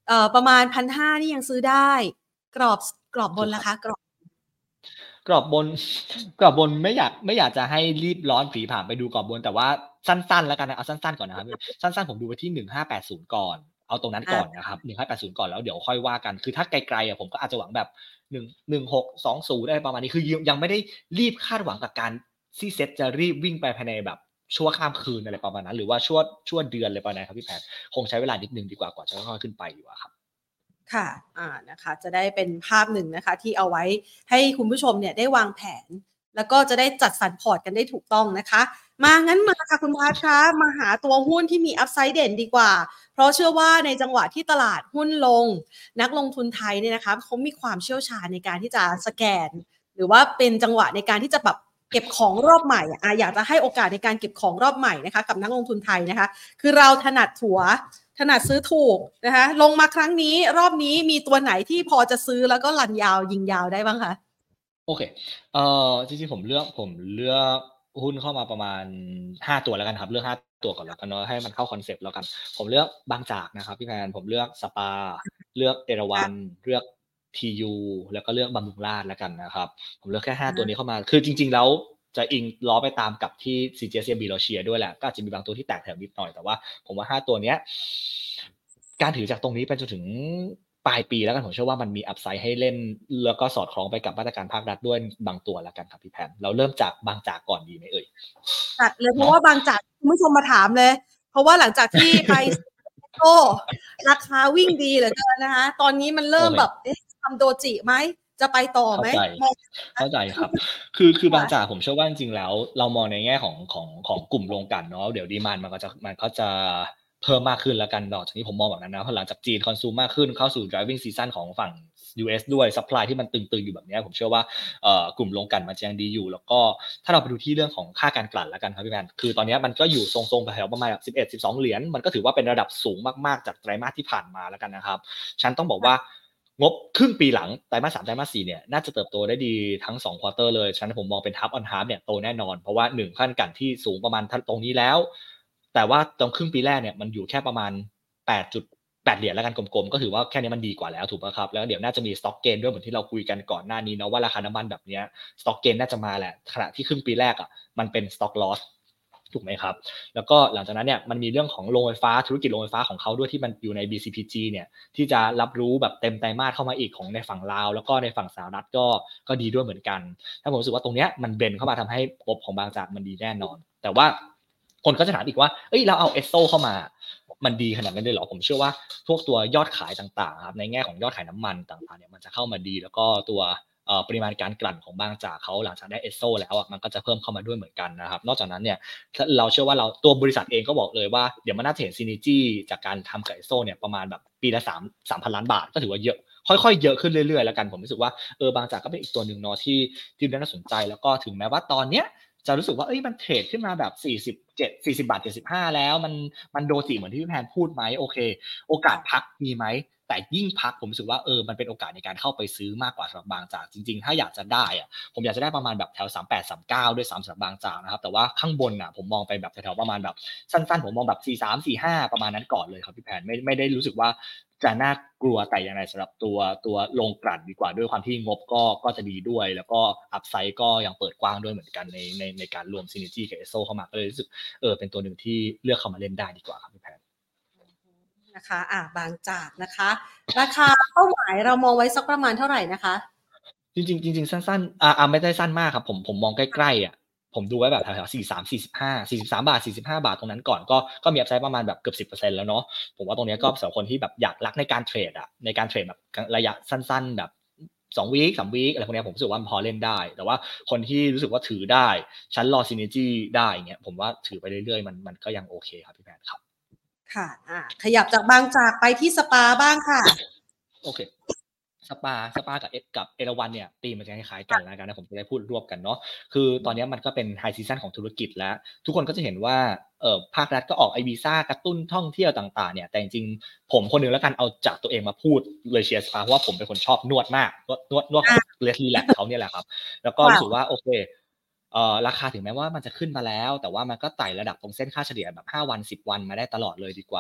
เอ่อประมาณ หนึ่งพันห้าร้อย นี่ยังซื้อได้กรอบกรอบบนล่ะคะกรอบกรอบบน กรอบบนไม่อยากไม่อยากจะให้รีบร้อนผลีผลามไปดูกรอบบนแต่ว่าสั้นๆแล้วกันนะเอาสั้นๆก่อนนะครับสั้นๆผมดูไปที่หนึ่งพันห้าร้อยแปดสิบก่อนเอาตรงนั้นก่อนอานะครับหนึ่งพันห้าร้อยแปดสิบก่อนแล้วเดี๋ยวค่อยว่ากันคือถ้าไกลๆอะผมก็อาจจะหวังแบบหนึ่ง หนึ่งพันหกร้อยยี่สิบอะไรประมาณนี้คือยังยังไม่ได้รีบคาดหวังกับการที่เซ็ตจะรีบวิ่งไปภายในแบบชั่วข้ามคืนอะไรประมาณนั้นหรือว่าชั่วชั่วเดือนอะไรประมาณนั้นครับพี่แพนคงใช้เวลานิดหนึ่งดีกว่ากว่าจะค่อยๆขึ้นไปอยู่อะครับค่ะอ่านะคะจะได้เป็นภาพหนึ่งนะคะที่เอาไว้ให้คุณผู้ชมเนี่ยได้วางแผนแล้วก็จะได้จัดสรรพอร์ตกันได้ถูกต้องนะคะมางั้นมาค่ะคุณพัชคะมาหาตัวหุ้นที่มีอัพไซด์เด่นดีกว่าเพราะเชื่อว่าในจังหวะที่ตลาดหุ้นลงนักลงทุนไทยเนี่ยนะคะเขามีความเชี่ยวชาญในการที่จะสแกนหรือว่าเป็นจังหวะในการที่จะแบบเก็บของรอบใหม่อ่ะอยากจะให้โอกาสในการเก็บของรอบใหม่นะคะกับนักลงทุนไทยนะคะคือเราถนัดถัว ถนัดซื้อถูกนะคะลงมาครั้งนี้รอบนี้มีตัวไหนที่พอจะซื้อแล้วก็รันยาวยิงยาวได้บ้างคะโอเคเอ่อจริงๆผมเลือกผมเลือกหุ้นเข้ามาประมาณห้าตัวแล้วกันครับเลือกห้าตัวก่อนแล้วกันเนาะให้มันเข้าคอนเซปต์แล้วกันผมเลือกบางจากนะครับพี่แพนผมเลือกสปาเลือกเอราวัณเลือก ที ยู แล้วก็เลือกบำรุงราษฎร์แล้วกันนะครับผมเลือกแค่ห้าตัวนี้เข้ามาคือจริงๆแล้วจะอิงล้อไปตามกับที่ ซี จี เอส ซี เอ็ม บี เราเชียร์ด้วยแหละก็อาจจะมีบางตัวที่แตกแถวนิดหน่อยแต่ว่าผมว่าห้าตัวเนี้ยการถือจากตรงนี้ไปจนถึงปลายปีแล้วกันผมเชื่อว่ามันมีอัพไซด์ให้เล่นแล้วก็สอดคล้องไปกับมาตรการภาครัฐด้วยบางตัวแล้วกันครับพี่แพนเราเริ่มจากบางจากก่อนดีไหมเอ่ยจัดเลยเพราะเนาะว่าบางจากคุณผู้ชมมาถามเลยเพราะว่าหลังจากที่ไปโต้ราคาวิ่งดีเหลือเกินนะคะตอนนี้มันโอเริ่มแบบเคเอ๊ะทำโดจิไหมจะไปต่อไหมเข้าใจมองเข้าใจครับคือคือบางจากค่ะผมเชื่อว่าจริงๆแล้วเรามองในแง่ของของของกลุ่มโรงกลั่นเนาะเดี๋ยวดีมานด์มันก็จะมันก็จะเพิ่มมากขึ้นแล้วกันต่อจากนี้ผมมองแบบนั้นนะเพราะหลังจากจีนคอนซูมมากขึ้นเข้าสู่ driving season ของฝั่ง ยู เอส ด้วยซัปพลายที่มันตึงๆอยู่แบบนี้ผมเชื่อว่าเอ่อกลุ่มโรงกลั่นมันจะยังดีอยู่แล้วก็ถ้าเราไปดูที่เรื่องของค่าการกลั่นแล้วกันครับพี่แมนคือตอนนี้มันก็อยู่ทรงๆแถวประมาณแบบสิบเอ็ด สิบสองเหรียญมันก็ถือว่าเป็นระดับสูงมากๆจากไตรมาสที่ผ่านมาแล้วกันนะครับฉันต้องบอกว่างบครึ่งปีหลังไตรมาสสามไตรมาสสี่เนี่ยน่าจะเติบโตได้ดีทั้งสองควอเตอร์เลยฉะนั้นผมมองเป็นทับออนทับเนี่ยโตแน่นอนเพราะว่าหนึ่งขั้นกันที่สูงประมาณตรงนี้แล้วแต่ว่าตรงครึ่งปีแรกเนี่ยมันอยู่แค่ประมาณแปดจุดแปดเหรียญแล้วกันกลมๆก็ถือว่าแค่นี้มันดีกว่าแล้วถูกป่ะครับแล้วเดี๋ยวน่าจะมี stock gain ด้วยเหมือนที่เราคุยกันก่อนหน้านี้เนาะว่าราคาน้ำมันแบบเนี้ย stock gain น่าจะมาแหละขณะที่ครึ่งปีแรกอ่ะมันเป็น stock loss ถูกไหมครับแล้วก็หลังจากนั้นเนี่ยมันมีเรื่องของโรงไฟฟ้าธุรกิจโรงไฟฟ้าของเขาด้วยที่มันอยู่ใน บี ซี พี จี เนี่ยที่จะรับรู้แบบเต็มไตรมาสเข้ามาอีกของในฝั่งลาวแล้วก็ในฝั่งสหรัฐก็ก็ดีด้วยเหมือนกันถ้าผมรู้สึกว่าตรงเนี้ยมันเบนเข้ามาทำให้งบของบางจากมันดีแน่นอนแต่ว่าคนก็จะถามอีกว่าเอ้ยเราเอาเอสโซเข้ามามันดีขนาดนั้นเลยเหรอผมเชื่อว่าพวกตัวยอดขายต่างๆครับในแง่ของยอดขายน้ำมันต่างๆเนี่ยมันจะเข้ามาดีแล้วก็ตัวปริมาณการกลั่นของบางจากเขาหลังจากได้เอสโซแล้วอ่ะมันก็จะเพิ่มเข้ามาด้วยเหมือนกันนะครับนอกจากนั้นเนี่ยเราเชื่อว่าเราตัวบริษัทเองก็บอกเลยว่าเดี๋ยวมันน่าจะเห็นซีนิจี้จากการทำกับเอสโซเนี่ยประมาณแบบปีละสามสามพันล้านบาทก็ถือว่าเยอะค่อยๆเยอะขึ้นเรื่อยๆแล้วกันผมรู้สึกว่าเออบางจากก็เป็นอีกตัวหนึ่งเนาะที่ที่น่าสนใจแล้วก็ถึงแม้ว่าตอนเนี้ยจะรู้สึกว่าเอ้ยมันเทรดขึ้นมาแบบสี่สิบเจ็ด สี่สิบบาทเจ็ดสิบห้าแล้วมันมันโดจิเหมือนที่พี่แพนพูดไหมโอเคโอกาสพักมีไหมแต่ยิ่งพักผมรู้สึกว่าเออมันเป็นโอกาสในการเข้าไปซื้อมากกว่าสำหรับบางจากจริงๆถ้าอยากจะได้อะผมอยากจะได้ประมาณแบบแถวสามแปด สามเก้าด้วยซ้ำสำหรับบางจากนะครับแต่ว่าข้างบนน่ะผมมองไปแบบแถวๆประมาณแบบสั้นๆผมมองแบบสี่สาม สี่ห้าประมาณนั้นก่อนเลยครับพี่แพนไม่ไม่ได้รู้สึกว่าจะน่ากลัวแต่อย่างไรสำหรับตัวตัวโรงกลั่นดีกว่าด้วยความที่งบก็ก็จะดีด้วยแล้วก็อัพไซด์ก็ยังเปิดกว้างด้วยเหมือนกันในในในการรวมซินิจี้กับเอสโซเข้ามาก็เลยรู้สึกเออเป็นตัวหนึ่งที่เลือกเข้ามาเล่นได้ดีกว่าครับพี่แพนนะคะอ่าบางจากนะคะราคาเป้าหมายเรามองไว้สักประมาณเท่าไหร่นะคะจริงๆจริงๆสั้นๆอ่าอ่าไม่ได้สั้นมากครับผมผมมองใกล้ๆอะผมดูไว้แบบแถวๆสี่สิบสาม สี่สิบห้า สี่สิบสามบาทสี่สิบห้าบาทตรงนั้นก่อนก็ก็มีอัพไซด์ประมาณแบบเกือบ สิบเปอร์เซ็นต์ แล้วเนาะผมว่าตรงนี้ก็สำหรับคนที่แบบอยากรักในการเทรดอะในการเทรดแบบระยะสั้นๆแบบสองวีคสามวีคอะไรพวกนี้ผมรู้สึกว่ามันพอเล่นได้แต่ว่าคนที่รู้สึกว่าถือได้ฉันรอ Synergy ได้อย่างเงี้ยผมว่าถือไปเรื่อยๆมันมันก็ยังโอเคครับพี่แพนครับค่ะอ่าขยับจากบางจากไปที่สปาบ้างค่ะโอเค สปาสปากับเอกับเอราวัณเนี่ยธีมมันจะคล้ายๆกันแล้วกันนะผมจะได้พูดรวบกันเนาะคือตอนนี้มันก็เป็นไฮซีซันของธุรกิจแล้วทุกคนก็จะเห็นว่าเอ่อภาครัฐก็ออกไอวีซ่ากระตุ้นท่องเที่ยวต่างๆเนี่ยแต่จริงๆผมคนนึงแล้วกันเอาจากตัวเองมาพูดเลยเชียร์สปาเพราะว่าผมเป็นคนชอบนวดมากนวดนวดนวดของเลสลีแลกเขาเนี่ยแหละครับแล้วก็รู้สึกว่าโอเคเอ่อราคาถึงแม้ว่ามันจะขึ้นมาแล้วแต่ว่ามันก็ไต่ระดับตรงเส้นค่าเฉลี่ยแบบห้าวันสิบวันมาได้ตลอดเลยดีกว่า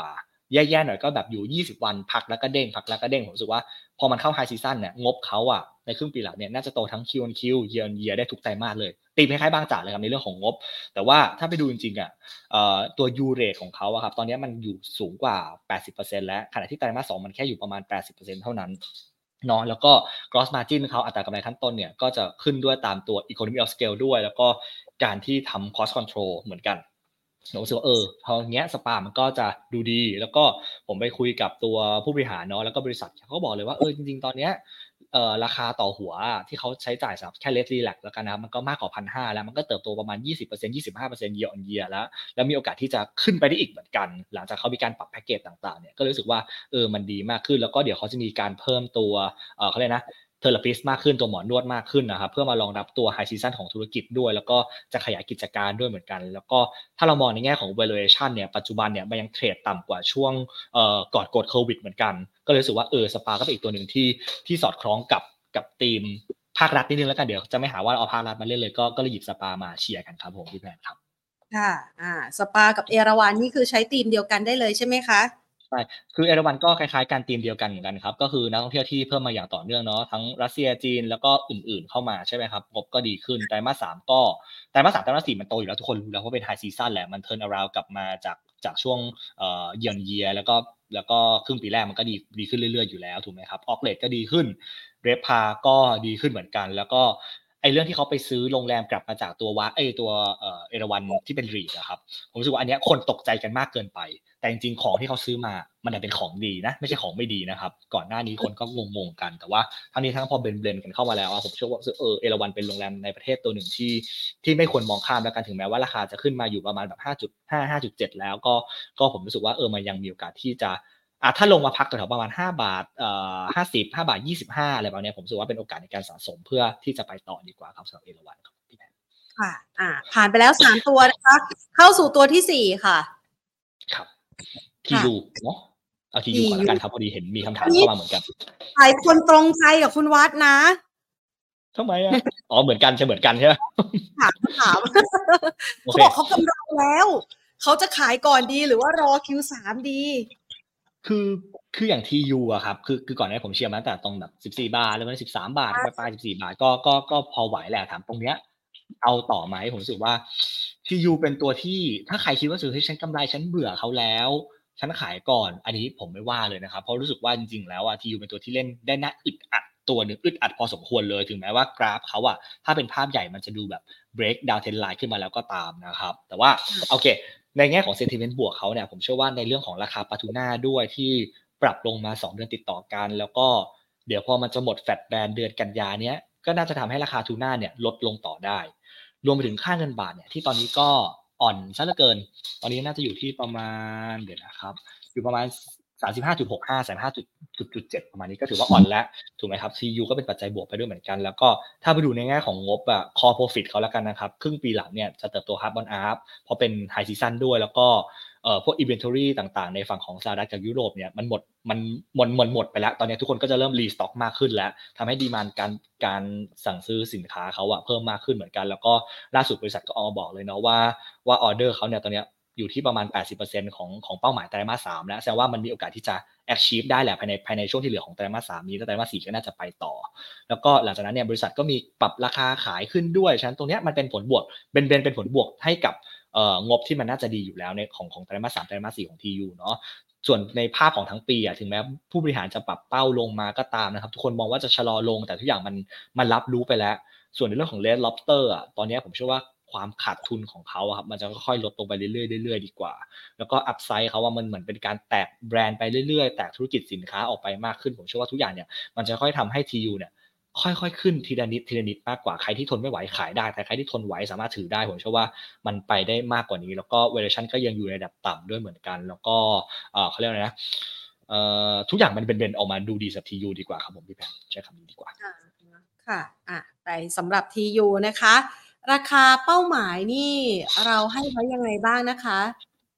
แย่ๆหน่อยก็แบบอยู่ยี่สิบวันพักแล้วก็เด้งพักแล้วก็เด้งผมรู้สึกว่าพอมันเข้า High Season เนี่ยงบเขาอะในครึ่งปีหลังเนี่ยน่าจะโตทั้ง Q on Q Year on Year ได้ทุกไตรมาสเลยตีมคล้ายๆบางจากเลยครับในเรื่องของงบแต่ว่าถ้าไปดูจริงๆอะเอ่อตัว U rate ของเขาอะครับตอนนี้มันอยู่สูงกว่า แปดสิบเปอร์เซ็นต์ แล้วขณะที่ไตรมาสสองมันแค่อยู่ประมาณ แปดสิบเปอร์เซ็นต์ เท่านั้นเนาะแล้วก็ gross margin เขาอัตรากำไรขั้นต้นเนี่ยก็จะขึ้นด้วยตามตัว economy of scale ด้วยแล้วก็การที่ทำ cost control เหมือนกันผมรู้สึกว่าเออพออย่างเงี้ยสปามันก็จะดูดีแล้วก็ผมไปคุยกับตัวผู้บริหารเนาะแล้วก็บริษัทเขาก็บอกเลยว่าเออจริงๆตอนเนี้ยเอ่อราคาต่อหัวที่เขาใช้จ่ายสำหรับแค่ Red Relax แล้วกันนะครับมันก็มากกว่า หนึ่งพันห้าร้อย แล้วมันก็เติบโตประมาณ ยี่สิบเปอร์เซ็นต์ ยี่สิบห้าเปอร์เซ็นต์ year on year แล้วแล้วมีโอกาสที่จะขึ้นไปได้อีกเหมือนกันหลังจากเขามีการปรับแพ็กเกจต่างๆเนี่ยก็รู้สึกว่าเออมันดีมากขึ้นแล้วก็เดี๋ยวเขาจะมีการเพิ่มตัวเอ่อเขาเรียกนะเทอราปิสต์มากขึ้นตัวหมอนวดมากขึ้นนะครับเพื่อมารองรับตัว High Season ของธุรกิจด้วยแล้วก็จะขยายกิจการด้วยเหมือนกันแล้วก็ถ้าเรามองในแง่ของ valuation เนี่ยปัจจุบันเนี่ยมันยังเทรดต่ำกว่าช่วงเอ่อก่อนเกิดโควิดเหมือนกันก็เลยรู้สึกว่าเออสปาก็เป็นอีกตัวหนึ่งที่ที่สอดคล้องกับกับธีมภาครัฐนิดนึงแล้วกันเดี๋ยวจะไม่หาว่าเอาภาครัฐมาเล่นเลยก็ก็เลยหยิบสปามาเชียร์กันครับผมพี่แพนครับค่ะอ่าสปากับเอราวัณนี่คือใช้ธีมเดียวกันได้เลยใช่ไหมคะใช่คือเอราวัณก็คล้ายๆกันธีมเดียวกันเหมือนกันครับก็คือนักท่องเที่ยวที่เพิ่มมาอย่างต่อเนื่องเนาะทั้งรัสเซียจีนแล้วก็อื่นๆเข้ามาใช่ไหมครับงบก็ดีขึ้นไตรมาสสามก็ไตรมาสสามไตรมาสสี่มันโตอยู่แล้วทุกคนรู้แล้วว่าเป็น High Season แหละมัน turn around กลับมาจากจากช่วงเอ่อ year on year แล้วก็แล้วก็ครึ่งปีแรกมันก็ดีดีขึ้นเรื่อยๆอยู่แล้วถูกไหมครับออกเรทก็ดีขึ้นเรฟพาก็ดีขึ้นเหมือนกันแล้วก็ไอ้เรื่องที่เขาไปซื้อโรงแรมกลับมาจากตัววะไอ้ตัวเอ่อเอราวัณที่เป็นรีทอะครับผมรู้สึกว่าอันเนี้ยคนตกใจกันมากเกินไปแต่จริงๆของที่เขาซื้อมามันเป็นของดีนะไม่ใช่ของไม่ดีนะครับก่อนหน้านี้คนก็งงๆกันแต่ว่าทั้งนี้ทั้งพอเบลนๆกันเข้ามาแล้วผมเชื่อว่าเออเอราวัณเป็นโรงแรมในประเทศตัวหนึ่งที่ที่ไม่ควรมองข้ามแล้วกันถึงแม้ว่าราคาจะขึ้นมาอยู่ประมาณแบบห้าจุดห้า ห้าจุดเจ็ดแล้วก็ก็ผมรู้สึกว่าเออมันยังมีโอกาสที่จะอ่ะถ้าลงมาพักแถวๆประมาณห้าบาทเอ่อห้าสิบ ห้าบาทยี่สิบห้าอะไรแบบนี้ผมรู้สึกว่าเป็นโอกาสในการสะสมเพื่อที่จะไปต่อดีกว่าครับสำหรับเอราวัณครับพี่แพนค่ะอ่าผ่านไปแล้วสามตัวนะคะเข้าสู่ตัวที่สี่ค่ะครับทียูเนาะเอาทียูก่อนละกันครับพอดีเห็นมีคำถามเข้ามาเหมือนกันหลายคนตรงใจกับคุณวัดนะทำไมอ่ะอ๋อเหมือนกันจะเหมือนกันใช่ไหมถามถามเขาบอกเขากำไรแล้วเขาจะขายก่อนดีหรือว่ารอ คิว สาม ดีคือคืออย่าง ที ยู อะครับคือคือก่อนหน้านี้ผมเชียร์มาตั้งแต่ตรงแบบสิบสี่บาทแล้วมันสิบสามบาทปลายๆสิบสี่บาทก็ก็ก็พอไหวแหละถามตรงเนี้ยเอาต่อไหมผมรู้สึกว่า ที ยู เป็นตัวที่ถ้าใครคิดว่าซื้อให้ฉันกำไรฉันเบื่อเขาแล้วฉันขายก่อนอันนี้ผมไม่ว่าเลยนะครับเพราะรู้สึกว่าจริงๆแล้วอะ ที ยู เป็นตัวที่เล่นได้น่าอึดอัดตัวนึงอึดอัดพอสมควรเลยถึงแม้ว่ากราฟเขาอะถ้าเป็นภาพใหญ่มันจะดูแบบ break down trend line ขึ้นมาแล้วก็ตามนะครับแต่ว่าโอเคในแง่ของ sentiment บวกเขาเนี่ยผมเชื่อว่าในเรื่องของราคาปลาทูน่าด้วยที่ปรับลงมาสองเดือนติดต่อกันแล้วก็เดี๋ยวพอมันจะหมดแฟลตแบนเดือนกันยาเนี้ยก็น่าจะทำให้ราคาทูน่าเนี่ยลดลงต่อได้รวมไปถึงค่าเงินบาทเนี่ยที่ตอนนี้ก็อ่อนซะเหลือเกินตอนนี้น่าจะอยู่ที่ประมาณเดี๋ยวนะครับอยู่ประมาณ สามสิบห้าจุดหกห้า สามสิบห้าจุดเจ็ด ประมาณนี้ก็ถือว่าอ่อนแล้วถูกไหมครับ ซี ยู ก็เป็นปัจจัยบวกไปด้วยเหมือนกันแล้วก็ถ้าไปดูในแง่ของงบอะ core profit เขาแล้วกันนะครับครึ่งปีหลังเนี่ยจะเติบโต half on half เพราะเป็น high season ด้วยแล้วก็เอ่อพวก inventory ต่างๆในฝั่งของสหรัฐกับยุโรปเนี่ยมันหมดมันหมดหมดหมดไปแล้วตอนนี้ทุกคนก็จะเริ่ม restock มากขึ้นแล้วทำให้ดีมานด์การการสั่งซื้อสินค้าเขาอะเพิ่มมากขึ้นเหมือนกันแล้วก็ล่าสุดบริษัทก็ออกมาบอกเลยเนาะว่าว่าออเดอร์เขาเนี่ยตอนเนี้ยอยู่ที่ประมาณ แปดสิบเปอร์เซ็นต์ ของของเป้าหมายไตรมาสสามแล้วแสดงว่ามันมีโอกาสที่จะ achieve ได้แหละภายในภายในช่วงที่เหลือของไตรมาสสามนี้แล้วไตรมาสสี่ก็น่าจะไปต่อแล้วก็หลังจากนั้นเนี่ยบริษัทก็มีปรับราคาขายขึ้นด้วยฉะนั้นตรงเนี้ยมันเป็นผลบวกเป็นเป็นเป็นผลบวกให้กับเอ่องบที่มันน่าจะดีอยู่แล้วในของของไตรมาสสามไตรมาสสี่ของ ที ยู เนาะส่วนในภาพของทั้งปีอะถึงแม้ผู้บริหารจะปรับเป้าลงมาก็ตามนะครับทุกคนมองว่าจะชะลอลงแต่ทุกอย่างมันมันรับรู้ไปแล้วส่วนในเรื่องของ Red Lobster อะตอนนี้ผมเชื่อว่าความขาดทุนของเขาอะครับมันจะค่อยๆลดลงไปเรื่อยๆเรื่อยๆดีกว่าแล้วก็อัพไซด์เขาว่ามันเหมือนเป็นการแตกแบรนด์ไปเรื่อยๆแตกธุรกิจสินค้าออกไปมากขึ้นผมเชื่อว่าทุกอย่างเนี่ยมันจะค่อยทำให้ ที ยู เนี่ยค่อยๆขึ้นทีละนิดทีละนิดมากกว่าใครที่ทนไม่ไหวขายได้แต่ใครที่ทนไหวสามารถถือได้ผมเชื่อว่ามันไปได้มากกว่านี้แล้วก็ valuation ก็ยังอยู่ในระดับต่ำด้วยเหมือนกันแล้วก็เอ่อเขาเรียกอะไรนะเอ่อทุกอย่างมันเป็นๆออกมาดูดีสำหรับ ที ยู ดีกว่าครับผมพี่แพนใช้คำนี้ดีกว่าค่ะอ่ะไปสำหรับ ที ยู นะคะราคาเป้าหมายนี่เราให้ไว้ยังไงบ้างนะคะ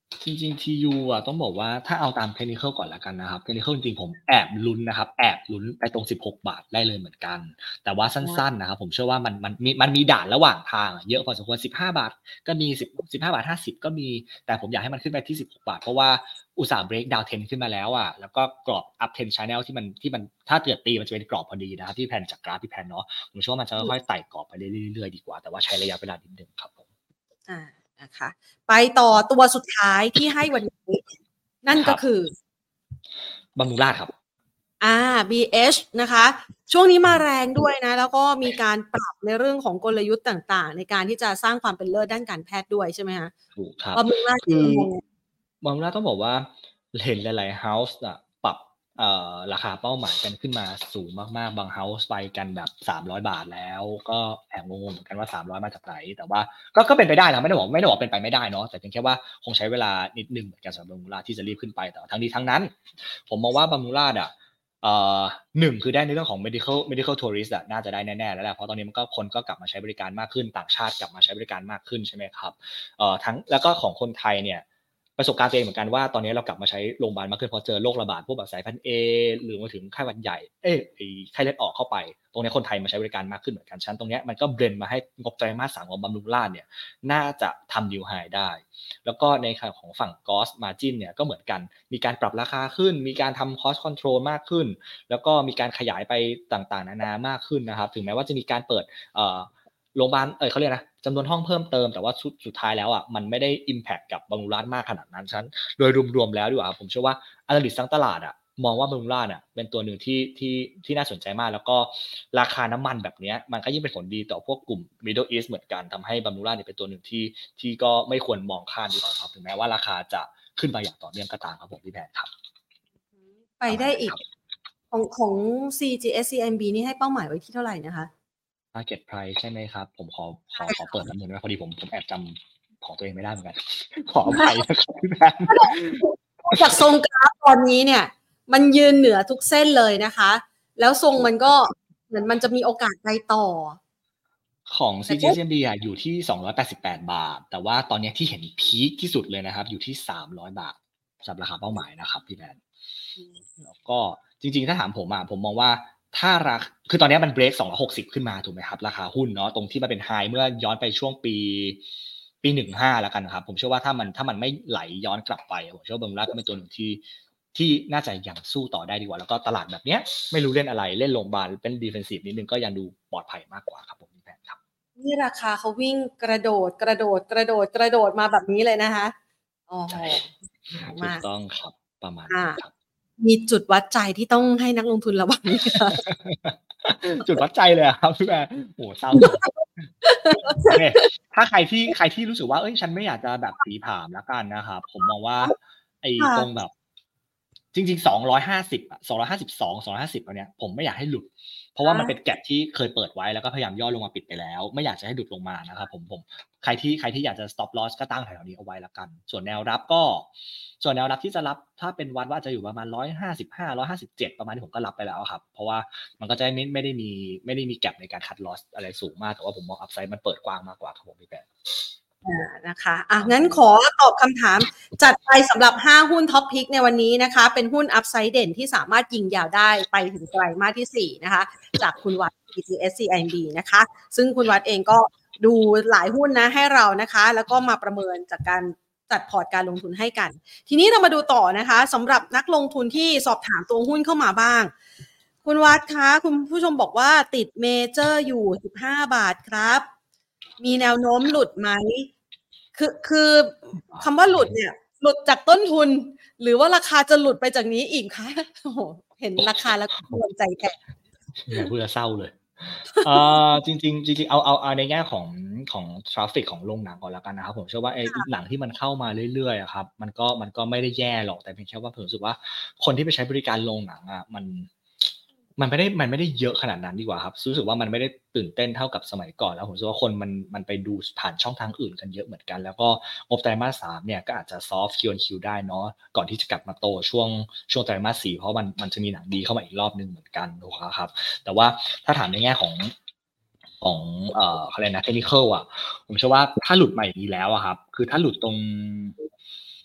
จริงๆ ที ยู อะต้องบอกว่าถ้าเอาตาม Technical ก่อนแล้วกันนะครับ Technical จริงๆผมแอบลุ้นนะครับแอบลุ้นไปตรงสิบหกบาทได้เลยเหมือนกันแต่ว่าสั้นๆนะครับผมเชื่อว่ามันมันมีมันมีด่านระหว่างทางอะเยอะพอสมควรสิบห้าบาทก็มีสิบ สิบห้าบาทห้าสิบก็มีแต่ผมอยากให้มันขึ้นไปที่สิบหกบาทเพราะว่าอุตส่าห์ break down trend ขึ้นมาแล้วอะแล้วก็กรอบ up trend channel ที่มันที่มันถ้าเกิดตีมันจะเป็นกรอบพอดีนะครับที่แพลนจากกราฟที่แพลนเนาะผมเชื่อว่ามันจะค่อยๆไต่กรอบไปเรื่อยๆดีกว่าแต่ว่าใช้ระยะเวลานิดนึงครับผมอ่านะคะไปต่อตัวสุดท้ายที่ให้วันนี้นั่นก็คือบำรุงราษฎร์ครับอ่า บี เอช นะคะช่วงนี้มาแรงด้วยนะแล้วก็มีการปรับในเรื่องของกลยุทธ์ต่างๆในการที่จะสร้างความเป็นเลิศด้านการแพทย์ด้วยใช่ไหมคะถูกครับบำรุงราษฎร์คือมองบางร้านต้องบอกว่าเห็นหลายๆเฮาส์อะปรับเอ่อราคาเป้าหมายกันขึ้นมาสูงมากๆบางเฮาส์ไปกันแบบสามร้อยบาทแล้วก็แอบงงๆเหมือนกันว่าสามร้อยมาจากไหนแต่ว่าก็ก็เป็นไปได้นะไม่ได้บอกไม่ได้บอกเป็นไปไม่ได้เนาะแต่เพียงแค่ว่าคงใช้เวลานิดนึงเหมือนกันสำหรับบางร้านที่จะรีบขึ้นไปแต่ทั้งนี้ทั้งนั้นผมมองว่าบางร้านอะเอ่อหนึ่งคือได้ในเรื่องของ medical medical tourist อะน่าจะได้แน่ๆแล้วแหละเพราะตอนนี้มันก็คนก็กลับมาใช้บริการมากขึ้นต่างชาติกลับมาใช้บริการมากขึ้นใช่ไหมครับเอ่อทั้งแล้วก็ของคนไทยเนี่ย ประสบการณ์ตัวเองเหมือนกันว่าตอนนี้เรากลับมาใช้โรงพยาบาลมากขึ้นเพราะเจอโรคระบาดพวกแบบสายพันธุ์ A หรือมาถึงไข้หวัดใหญ่เอ๊ะไอ้ไข้เลือดออกเข้าไปตรงนี้คนไทยมาใช้บริการมากขึ้นเหมือนกันฉะนั้นตรงนี้มันก็เบลนมาให้งบไตรมาสสามของบำรุงราษฎร์เนี่ยน่าจะทำดีลไฮได้แล้วก็ในของฝั่ง Gross Margin เนี่ยก็เหมือนกันมีการปรับราคาขึ้นมีการทำ Cost Control มากขึ้นแล้วก็มีการขยายไปต่างๆนานามากขึ้นนะครับถึงแม้ว่าจะมีการเปิดเอ่อ โรงพยาบาลเอ่อเขาเรียกนะจำนวนห้องเพิ่มเติมแต่ว่าสุดสุดท้ายแล้วอ่ะมันไม่ได้ impact กับบำรุงราษฎร์มากขนาดนั้นฉะนั้นโดยรวมๆแล้วดีกว่าผมเชื่อว่า analyst ทั้งตลาดอ่ะมองว่าบำรุงราษฎร์อ่ะเป็นตัวหนึ่งที่ที่ที่น่าสนใจมากแล้วก็ราคาน้ำมันแบบเนี้ยมันก็ยิ่งเป็นผลดีต่อพวกกลุ่ม Middle East เหมือนกันทำให้บำรุงราษฎร์เนี่ยเป็นตัวหนึ่งที่ที่ก็ไม่ควรมองข้ามดีกว่าครับถึงแม้ว่าราคาจะขึ้นมาอย่างต่อเนื่องก็ตามครับผมพี่แพนครับไปได้อีกของของ ซี จี เอส ซี เอ็ม บี นี่ให้เป้าหมายไว้ที่เท่าไหร่นะคะ Target Price ใช่ไหมครับผมขอขอขอเปิดน้ำมือนะพอดีผมผมแอบจำของตัวเองไม่ได้เหมือนกันขออภัยนะครับพี่แพนจากทรงกราฟตอนนี้เนี่ยมันยืนเหนือทุกเส้นเลยนะคะแล้วทรงมันก็เหมือนมันจะมีโอกาสไปต่อของ ซี จี เอส เอ็ม บี อะอยู่ที่สองร้อยแปดสิบแปดบาทแต่ว่าตอนนี้ที่เห็นพีคที่สุดเลยนะครับอยู่ที่สามร้อยบาทสำหรับราคาเป้าหมายนะครับพี่แพนแล้วก็จริงๆถ้าถามผมอะผมมองว่าถ้าราคาคือตอนนี้มันเบรกสองร้อยหกสิบขึ้นมาถูกไหมครับราคาหุ้นเนาะตรงที่มันเป็นไฮเมื่อย้อนไปช่วงปีปีสิบห้าแล้วกันครับผมเชื่อว่าถ้ามันถ้ามันไม่ไหลย้อนกลับไปผมเชื่อว่าบางรัฐก็เป็นตัวหนึ่งที่ที่น่าจะยังสู้ต่อได้ดีกว่าแล้วก็ตลาดแบบเนี้ยไม่รู้เล่นอะไรเล่นโรงพยาบาลเป็นดีเฟนซีฟนิดนึงก็ยังดูปลอดภัยมากกว่าครับผมพี่แพนครับนี่ราคาเขาวิ่งกระโดดกระโดดกระโดดกระโดดมาแบบนี้เลยนะคะโอ้โหถูกต้องครับประมาณอ่านั้นครับมีจุดวัดใจที่ต้องให้นักลงทุนระวังไหมคะจุดวัดใจเลยครับพี่แม่โอ้เศร้าเนี่ยถ้าใครที่ใครที่รู้สึกว่าเอ้ยฉันไม่อยากจะแบบผีผามแล้วกันนะครับผมมองว่าไอ้ตรงแบบจริงๆสองร้อยห้าสิบอะสองร้อยห้าสิบสอง สองร้อยห้าสิบอันเนี้ยผมไม่อยากให้หลุดเพราะว่ามันเป็นแก็ปที่เคยเปิดไว้แล้วก็พยายามย่อลงมาปิดไปแล้วไม่อยากจะให้หลุดลงมานะครับผมผมใครที่ใครที่อยากจะ stop loss ก็ตั้งแถวๆนี้เอาไว้แล้วกันส่วนแนวรับก็ส่วนแนวรับที่จะรับถ้าเป็นวัดว่าจะอยู่ประมาณหนึ่งร้อยห้าสิบห้า หนึ่งร้อยห้าสิบเจ็ดประมาณนี้ผมก็รับไปแล้วครับเพราะว่ามันก็จะไม่ไม่ได้มีไม่ได้มีแก็ปในการ cut loss อะไรสูงมากแต่ว่าผมมอง upside มันเปิดกว้างมากกว่าครับผมพี่แปะนะคะอ่ะงั้นขอตอบคำถามจัดไปสำหรับห้าหุ้นท็อปพิกในวันนี้นะคะเป็นหุ้นอัพไซด์เด่นที่สามารถยิงยาวได้ไปถึงไตรมาสที่สี่นะคะจากคุณวัด ซี จี เอส ซี เอ็ม บี นะคะซึ่งคุณวัดเองก็ดูหลายหุ้นนะให้เรานะคะแล้วก็มาประเมินจากการจัดพอร์ตการลงทุนให้กันทีนี้เรามาดูต่อนะคะสำหรับนักลงทุนที่สอบถามตัวหุ้นเข้ามาบ้างคุณวัดคะคุณผู้ชมบอกว่าติดเมเจอร์อยู่สิบห้าบาทครับมีแนวโน้มหลุดไหมคือคือคำว่าหลุดเนี่ยหลุดจากต้นทุนหรือว่าราคาจะหลุดไปจากนี้อีกคะโอ้โหเห็นราคาแล้วก็ใจแตกอย่าพูดแล้วเศร้าเลยเอ่อจริงๆจริงๆเอาเอาเอาในแง่ของของทราฟฟิกของโรงหนังก่อนแล้วกันนะครับผมเชื่อว่าไอ้หนังที่มันเข้ามาเรื่อยๆอะครับมันก็มันก็ไม่ได้แย่หรอกแต่เพียงแค่ว่าผมรู้สึกว่าคนที่ไปใช้บริการโรงหนังอะมันมันไม่ได้มันไม่ได้เยอะขนาดนั้นดีกว่าครับรู้สึกว่ามันไม่ได้ตื่นเต้นเท่ากับสมัยก่อนแล้วผมรู้สึกว่าคนมันมันไปดูผ่านช่องทางอื่นกันเยอะเหมือนกันแล้วก็งบไตรมาสสามเนี่ยก็อาจจะซอฟต์ คิว ออน คิว ได้เนาะก่อนที่จะกลับมาโตช่วงช่วงไตรมาสสี่เพราะมันมันจะมีหนังดีเข้ามาอีกรอบนึงเหมือนกันถูกครับแต่ว่าถ้าถามในแง่ของของเอ่ออะไรนะ technical อ่ะผมเชื่อว่าถ้าหลุดมาอย่างนี้แล้วอะครับคือถ้าหลุดตรง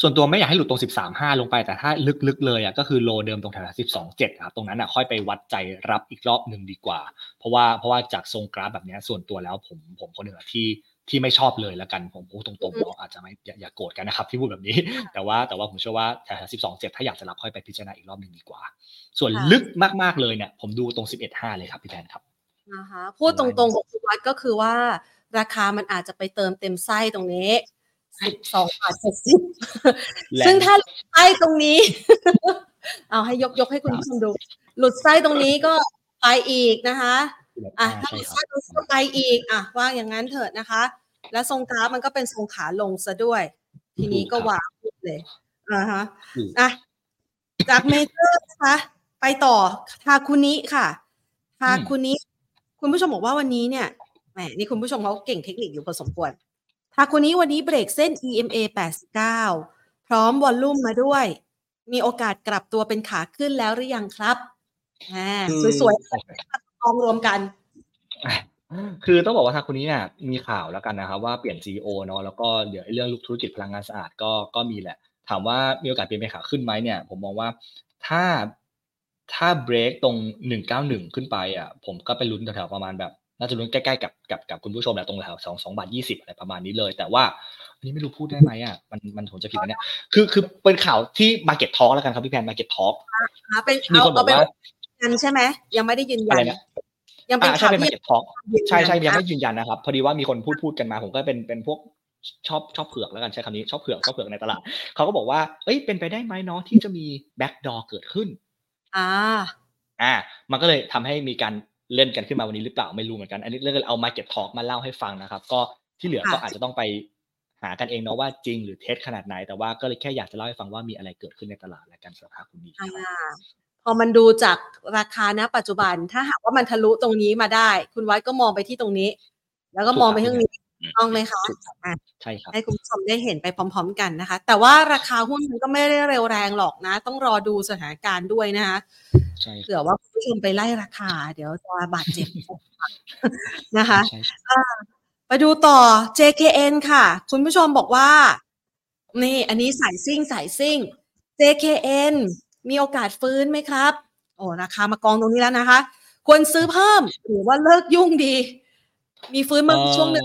ส่วนตัวไม่อยากให้หลุดตรง สิบสามจุดห้า ลงไปแต่ถ้าลึกๆเลยอ่ะก็คือโลเดิมตรงแถวๆ สิบสองจุดเจ็ด ครับตรงนั้นอ่ะค่อยไปวัดใจรับอีกรอบนึงดีกว่าเพราะว่าเพราะว่าจากทรงกราฟแบบนี้ส่วนตัวแล้วผมผมคนหนึ่งที่ที่ไม่ชอบเลยละกันผมพูดตรงๆเนาะอาจจะไม่อย่าอย่าโกรธกันนะครับที่พูดแบบนี้แต่ว่าแต่ว่าผมเชื่อว่าแถวๆ สิบสองจุดเจ็ด ถ้าอยากจะรับค่อยไปพิจารณาอีกรอบนึงดีกว่าส่วนลึกมากๆเลยเนี่ยผมดูตรง สิบเอ็ดจุดห้า เลยครับพี่แพนครับนะคะพูดตรงๆของคุณวัดก็คือว่าราคามันอาจจะไปเติมเต็มไส้ตรงนี้สิบสองบาทเจ็ดสิบซึ่งถ้าหลุดไส้ตรงนี้ เอาให้ยกยกให้คุณผู้ชมดูหลุดไส้ตรงนี้ก็ไปอีกนะคะอ่ะถ้าหลุดไส้ตรงนี้ก็ไปอีกอ่ะว่าอย่างนั้นเถิดนะคะแล้วทรงกราฟมันก็เป็นทรงขาลงซะด้วยทีนี้ก็ว้าวเลยอ่าฮะอ่ะจากเมเจอร์นะคะไปต่อทาคุนิค่ะทาคุนิคุณผู้ชมบอกว่าวันนี้เนี่ยแหมนี่คุณผู้ชมเขาเก่งเทคนิคอยู่พอสมควรทาคุนิวันนี้เบรกเส้น อี เอ็ม เอ แปดสิบเก้าพร้อมวอลลุ่มมาด้วยมีโอกาสกลับตัวเป็นขาขึ้นแล้วหรือยังครับอ่าสวยๆกองรวมกันคือต้องบอกว่าทาคุนิเนี่ยมีข่าวแล้วกันนะครับว่าเปลี่ยน ซี อี โอ เนาะแล้วก็เดี๋ยวเรื่องธุรกิจพลังงานสะอาดก็ก็มีแหละถามว่ามีโอกาสเปลี่ยนเป็นขาขึ้นไหมเนี่ยผมมองว่าถ้าถ้าเบรกตรงหนึ่งร้อยเก้าสิบขึ้นไปอ่ะผมก็ไปลุ้นแถวๆประมาณแบบน่าจะลุ้นใกล้ๆกับกับกับคุณผู้ชมแหละตรงแถวสอง 2บาทยี่สิบอะไรประมาณนี้เลยแต่ว่าอันนี้ไม่รู้พูดได้ไหมอ่ะมันมันผมจะผิดนะเนี่ยคือคือเป็นข่าวที่ Market Talk แล้วกันครับพี่แพน Market Talk อ่าเป็นมีคนบอกว่ายันใช่ไหมยังไม่ได้ยืนยันยังเป็นข่าวที่ Market Talk ใช่ใช่ยังไม่ยืนยันนะครับพอดีว่ามีคนพูดพูดกันมาผมก็เป็นเป็นพวกชอบชอบเผือกแล้วกันใช้คำนี้ชอบเผือกชอบเผือกในตลาดเขาก็บอกว่าเอ้ยเป็นไปได้ไหมเนาะที่จะมีแบ็กดอร์เกิดขึ้นอ่าอ่ามันก็เลยทำให้มีการเล่นกันขึ้นมาวันนี้หรือเปล่าไม่รู้เหมือนกันอันนี้เรื่องเอา Market Talk มาเล่าให้ฟังนะครับก็ที่เหลือก็อาจจะต้องไปหากันเองเนาะว่าจริงหรือเท็จขนาดไหนแต่ว่าก็เลยแค่อยากจะเล่าให้ฟังว่ามีอะไรเกิดขึ้นในตลาดและกันสำหรับคุณนี้พอมันดูจากราคาณปัจจุบันถ้าหากว่ามันทะลุตรงนี้มาได้คุณวัดก็มองไปที่ตรงนี้แล้วก็มองไปทางนี้ต้องไหมคะใช่ครับให้คุณผู้ชมได้เห็นไปพร้อมๆกันนะคะแต่ว่าราคาหุ้นมันก็ไม่ได้เร็วแรงหรอกนะต้องรอดูสถานการณ์ด้วยนะคะเผื่อว่าคุณผู้ชมไปไล่ราคาเดี๋ยวจะบาดเจ็บนะคะไปดูต่อ เจ เค เอ็น ค่ะคุณผู้ชมบอกว่านี่อันนี้สายซิ่งสายซิ่ง เจ เค เอ็น มีโอกาสฟื้นไหมครับโอ้ราคามากองตรงนี้แล้วนะคะควรซื้อเพิ่มหรือว่าเลิกยุ่งดีมีฟื้นมาช่วงนึง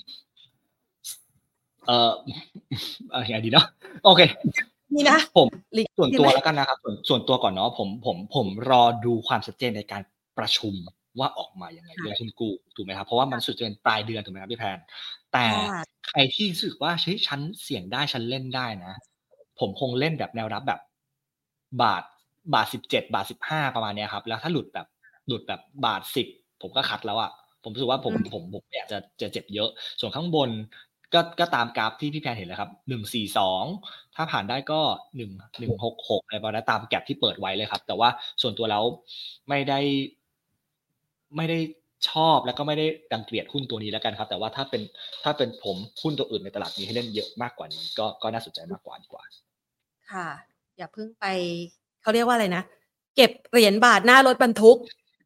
เอ่ออะไรดีเนาะโอเคนี่นะผมส่วนตัวแล้วกันนะครับส่วนส่วนตัวก่อนเนาะผมผมผมรอดูความชัดเจนในการประชุมว่าออกมายังไงเรื่องหุ้นกู้ถูกไหมครับเพราะว่ามันสุดจะเป็นปลายเดือนถูกไหมครับพี่แพนแต่ใครที่รู้สึกว่าเฮ้ยฉันเสี่ยงได้ฉันเล่นได้นะผมคงเล่นแบบแนวรับแบบบาทบาทสิบเจ็ดบาทสิบห้าประมาณนี้ครับแล้วถ้าหลุดแบบหลุดแบบบาทสิบผมก็คัดแล้วอ่ะผมรู้สึกว่าผมผมผมอยากจะจะเจ็บเยอะส่วนข้างบนก็ก็ตามกราฟที่พี่แพนเห็นเลยครับหนึ่งสี่สองถ้าผ่านได้ก็หนึ่ง หนึ่งหกหกอะไรประมาณนั้นตามแก็ปที่เปิดไว้เลยครับแต่ว่าส่วนตัวแล้วไม่ได้ไม่ได้ชอบแล้วก็ไม่ได้ดังเกลียดหุ้นตัวนี้แล้วกันครับแต่ว่าถ้าเป็นถ้าเป็นผมหุ้นตัวอื่นในตลาดมีให้เล่นเยอะมากกว่านี้ก็ก็น่าสนใจมากกว่าดีกว่าค่ะอย่าเพิ่งไปเขาเรียกว่าอะไรนะเก็บเหรียญบาทหน้ารถบรรทุก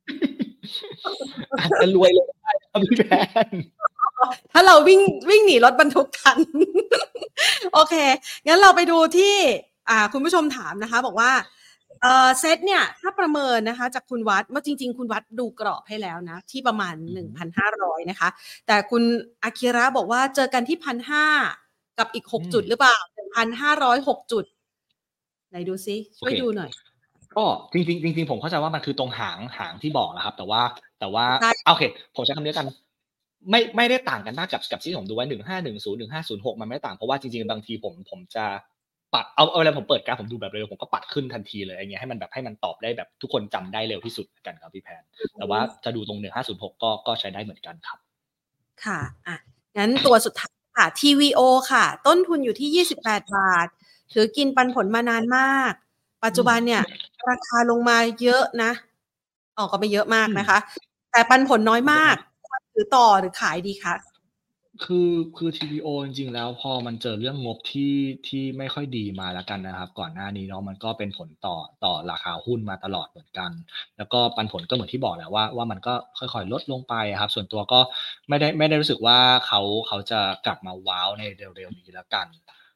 อาจจะรวยเลยได้ครับพี่แพนถ้าเราวิ่งวิ่งหนีรถบรรทุกทันโอเคงั้นเราไปดูที่อ่าคุณผู้ชมถามนะคะบอกว่าเอ่อเซตเนี่ยถ้าประเมินนะคะจากคุณวัดว่าจริงๆคุณวัดดูกรอบให้แล้วนะที่ประมาณ หนึ่งพันห้าร้อย นะคะแต่คุณอากิระบอกว่าเจอกันที่ หนึ่งพันห้าร้อย กับอีกหกจุดหรือเปล่า หนึ่งพันห้าร้อยหก จุดไหนดูซิช่วยดูหน่อยก็จริงๆจริงๆผมเข้าใจว่ามันคือตรงหางหางที่บอกนะครับแต่ว่าแต่ว่าโอเคผมใช้คำนี้กันไม่ไม่ได้ต่างกันมากกับกับที่ผมดูไว้หนึ่งห้าหนึ่งศูนย์ หนึ่งห้าศูนย์หกมันไม่ได้ต่างเพราะว่าจริงๆบางทีผมผมจะปัดเอาเอาเวลาผมเปิดกราฟผมดูแบบเร็วผมก็ปัดขึ้นทันทีเลยอย่างเงี้ยให้มันแบบให้มันตอบได้แบบทุกคนจำได้เร็วที่สุดกันครับพี่แพนแต่ว่าจะดูตรงหนึ่งห้าศูนย์หกก็ก็ใช้ได้เหมือนกันครับค่ะอ่ะงั้นตัวสุดท้ายค่ะ ที วี โอ ค่ะต้นทุนอยู่ที่ยี่สิบแปดบาทถือกินปันผลมานานมากปัจจุบันเนี่ยราคาลงมาเยอะนะออกก็ไม่เยอะมากนะคะแต่ปันผลน้อยมากถือต่อหรือขายดีคะคือคือ ที วี โอ จริงๆแล้วพอมันเจอเรื่องงบที่ที่ไม่ค่อยดีมาแล้วกันนะครับก่อนหน้านี้เนาะมันก็เป็นผลต่อต่อราคาหุ้นมาตลอดเหมือนกันแล้วก็ปันผลก็เหมือนที่บอกแหละว่าว่ามันก็ค่อยๆลดลงไปครับส่วนตัวก็ไม่ได้ไม่ได้รู้สึกว่าเขาเขาจะกลับมาว้าวในเร็วๆนี้แล้วกัน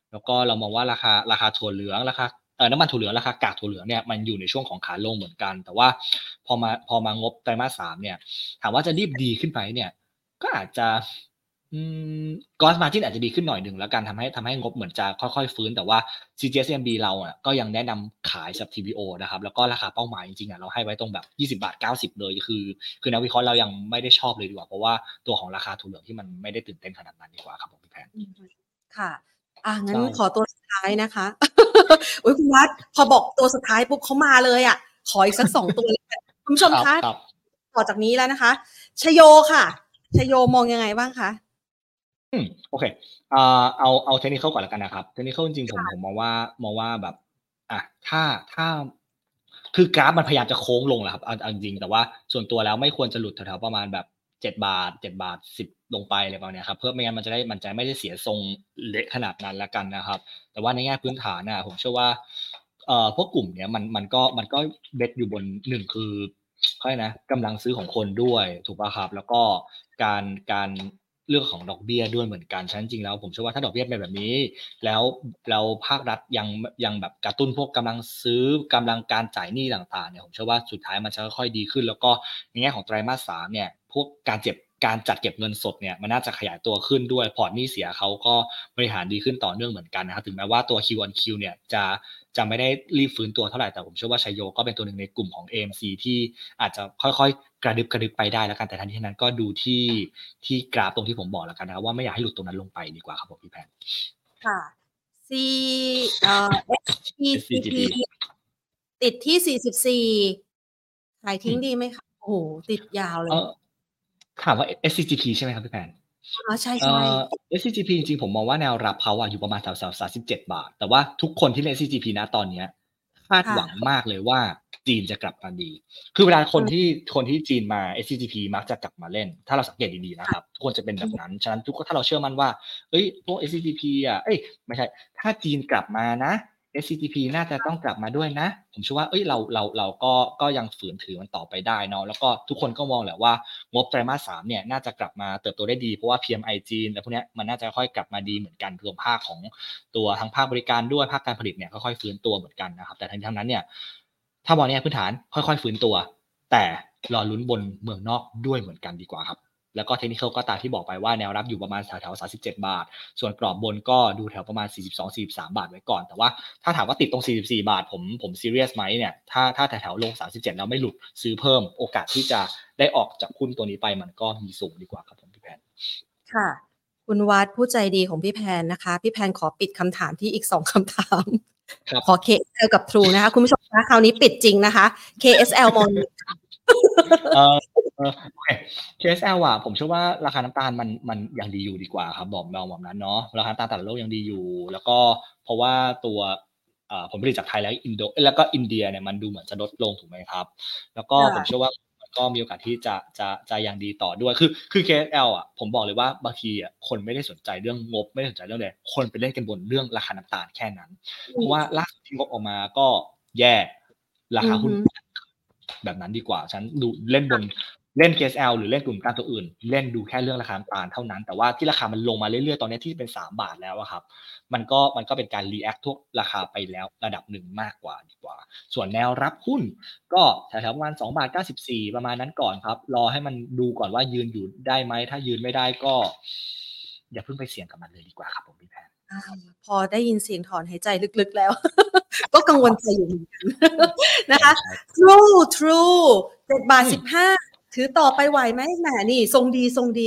แล้วก็เรามองว่าราคาราคาถั่วเหลืองราคาเอ่อน้ำมันถั่วเหลืองราคากากถั่วเหลืองเนี่ยมันอยู่ในช่วงของขาลงเหมือนกันแต่ว่าพอมาพอมางบไตรมาสสามเนี่ยถามว่าจะรีบดีขึ้นไหมเนี่ยก็อาจจะอืม gross margin อาจจะดีขึ้นหน่อยหนึ่งแล้วกันทำให้ทำให้งบเหมือนจะค่อยๆฟื้นแต่ว่า ซี จี เอส ซี เอ็ม บี เราอะก็ยังแนะนำขาย ซับ ที บี โอ นะครับแล้วก็ราคาเป้าหมายจริงๆอะเราให้ไว้ตรงแบบยี่สิบบาทเก้าสิบเลยคือคือนักวิเคราะห์เรายังไม่ได้ชอบเลยดีกว่าเพราะว่าตัวของราคาถั่วเหลืองที่มันไม่ได้ตื่นเต้นขนาดนั้นดีกว่าครับผมพี่แพนอืมค่ะอ่างั้นใช่ขอตัวสุดท้ายนะคะอุ๊ยคุณวัดพอบอกตัวสุดท้ายปุ๊บเขามาเลยอะขออีกสักสองตัวเลยกันคุณผู้ชมคะครับต่อจากนี้แล้วนะคะชโยค่ะชโยมองยังไงบ้างคะอืมโอเคอ่าเอาเอา technical ก่อนแล้วกันนะครับ technical จริงๆผมผมมองว่ามองว่าแบบอะถ้าถ้าคือกราฟมันพยายามจะโค้งลงแหละครับเอาเอาจริงๆแต่ว่าส่วนตัวแล้วไม่ควรจะหลุดแถวๆประมาณแบบเจ็ดบาทเจ็ดบาทสิบลงไปอะไรประมาณเนี้ยครับเพื่อไม่งั้นมันจะได้มันจะไม่ได้เสียทรงเละขนาดนั้นแล้วกันนะครับแต่ว่าในแง่พื้นฐานน่ะผมเชื่อว่าเอ่อพวกกลุ่มเนี้ยมันมันก็มันก็เบสอยู่บนหนึ่งคือเขาเรียกนะกำลังซื้อของคนด้วยถูกเปล่าครับแล้วก็การการเรื่องของดอกเบี้ยด้วยเหมือนกันฉะนั้นจริงๆแล้วผมเชื่อว่าถ้าดอกเบี้ยเป็นแบบนี้แล้วแล้วภาครัฐยังยังแบบกระตุ้นพวกกำลังซื้อกำลังการจ่ายหนี้ต่างๆเนี่ยผมเชื่อว่าสุดท้ายมันจะค่อยๆดีขึ้นแล้วก็ในแง่ของไตรมาสสามเนี่ยพวกการเจ็บการจัดเก็บเงินสดเนี่ยมันน่าจะขยายตัวขึ้นด้วยพอร์ตหนี้เสียเขาก็บริหารดีขึ้นต่อเนื่องเหมือนกันนะครับถึงแม้ว่าตัว Q on Q เนี่ยจะจะไม่ได้รีบฟื้นตัวเท่าไหร่แต่ผมเชื่อว่าชัยโยก็เป็นตัวหนึ่งในกลุ่มของ เอ เอ็ม ซี ที่อาจจะค่อยๆกระดึบกระดึบไปได้แล้วกันแต่ทั้งนี้ทั้งนั้นก็ดูที่ที่กราฟตรงที่ผมบอกแล้วกันนะครับว่าไม่อยากให้หลุดตรงนั้นลงไปดีกว่าครับผมพี่แพนค่ะ C เอ่อ เอส พี ซี พีเอส ซี จี พีติดที่สี่สิบสี่ขายอืทิ้งมดีไหมคะโอ้โฮติดยาวเลยเอ่อถามว่า เอส ซี จี พี ใช่ไหมครับพี่แพนอ๋อใเอ่ช่อๆเอส ซี จี พี จริงๆผมมองว่าแนวรับเขาอะอยู่ประมาณแถวๆสามสิบเจ็ดบาทแต่ว่าทุกคนที่เล่น เอส ซี จี พี ณตอนเนี้ยคาดหวังค่ะมากเลยว่าจีนจะกลับมาดีคือเวลาคนอืมที่คนที่จีนมา เอส ซี จี พี มักจะกลับมาเล่นถ้าเราสังเกตดีๆนะครับค่ะทุกคนจะเป็นแบอือฮึบนั้นฉะนั้นทุกคนถ้าเราเชื่อมั่นว่าเฮ้ยพวก เอส ซี จี พี อะเอ๊ยไม่ใช่ถ้าจีนกลับมานะ เอส ซี จี พี น่าจะต้องกลับมาด้วยนะผมเชื่อว่าเฮ้ยเราเราเราก็ก็ยังฝืนถือมันต่อไปได้เนาะแล้วก็ทุกคนก็มองแหละว่างบไตรมาสสามเนี่ยน่าจะกลับมาเติบโตได้ดีเพราะว่า พี เอ็ม ไอ จีนอะไรพวกเนี้ยมันน่าจะค่อยกลับมาดีเหมือนกันรวมภาคของตัวทั้งภาคบริการด้วยภาคการผลิตเนี่ยค่อยๆฟื้นตัวเหมือนกันนะครับแต่ทั้งนี้ทั้งนั้นเนี่ยถ้ามองในแง่พื้นฐานค่อยๆฟื้นตัวแต่รอลุ้นบนเมืองนอกด้วยเหมือนกันดีกว่าครับแล้วก็ technical ก็ตามที่บอกไปว่าแนวรับอยู่ประมาณแถวๆสามสิบเจ็ดบาทส่วนกรอบบนก็ดูแถวประมาณสี่สิบสอง สี่สิบสามบาทไว้ก่อนแต่ว่าถ้าถามว่าติดตรงสี่สิบสี่บาทผมผมซีเรียสไหมเนี่ยถ้าถ้าแถวๆลงสามสิบเจ็ดแล้วไม่หลุดซื้อเพิ่มโอกาสที่จะได้ออกจากหุ้นตัวนี้ไปมันก็มีสูงดีกว่าครับผมพี่แพนค่ะคุณวัดผู้ใจดีของพี่แพนนะคะพี่แพนขอปิดคำถามที่อีกสองคำถามขอครับเค เอส แอล กับ True นะคะคุณผู้ชมคะคราวนี้ปิดจริงนะคะ เค เอส แอล มองยังไงคะเอ่อเอ่อโอเค เค เอส แอล อะผมเชื่อว่าราคาน้ำตาลมันมันยังดีอยู่ดีกว่าครับบอกมองแบบนั้นเนาะราคาน้ำตาลตลาดโลกยังดีอยู่แล้วก็เพราะว่าตัวอ่าผลผลิตจากไทยและอินโดแล้วก็อินเดียเนี่ยมันดูเหมือนจะลดลงถูกไหมครับแล้วก็ผมเชื่อค่ะว่ามันก็มีโอกาสที่จะจะจะยังดีต่อด้วยคือคือ เค เอส แอล อะผมบอกเลยว่าบางทีอะคนไม่ได้สนใจเรื่องงบไม่ได้สนใจเรื่องอะไรคนไปเล่นกันบนเรื่องราคาน้ำตาลแค่นั้นเพราะว่าล่าสุดที่งบออกมาก็แย่ราอือฮึคาหุ้น แบบนั้นดีกว่าฉันดูเล่นบนเล่น เค เอส แอล หรือเล่นกลุ่มการตัวอื่นเล่นดูแค่เรื่องราคาน้ำตาลเท่านั้นแต่ว่าที่ราคามันลงมาเรื่อยๆตอนนี้ที่เป็นสามบาทแล้วอะครับมันก็มันก็เป็นการรีแอคทั่วราคาไปแล้วระดับหนึ่งมากกว่าดีกว่าส่วนแนวรับหุ้นก็แถวๆประมาณสองบาทเก้าสิบสี่ประมาณนั้นก่อนครับรอให้มันดูก่อนว่ายืนอยู่ได้ไหมถ้ายืนไม่ได้ก็อย่าเพิ่งไปเสี่ยงกับมันเลยดีกว่าครับผมพี่แพนอาพอได้ยินเสียงถอนหายใจลึกๆแล้วก็กังวลใจอยู่เหมือนกันนะคะใช่ True True เจ็ดบาทอืมสิบห้าถือต่อไปไหวไหมแหมนี่ทรงดีทรงดี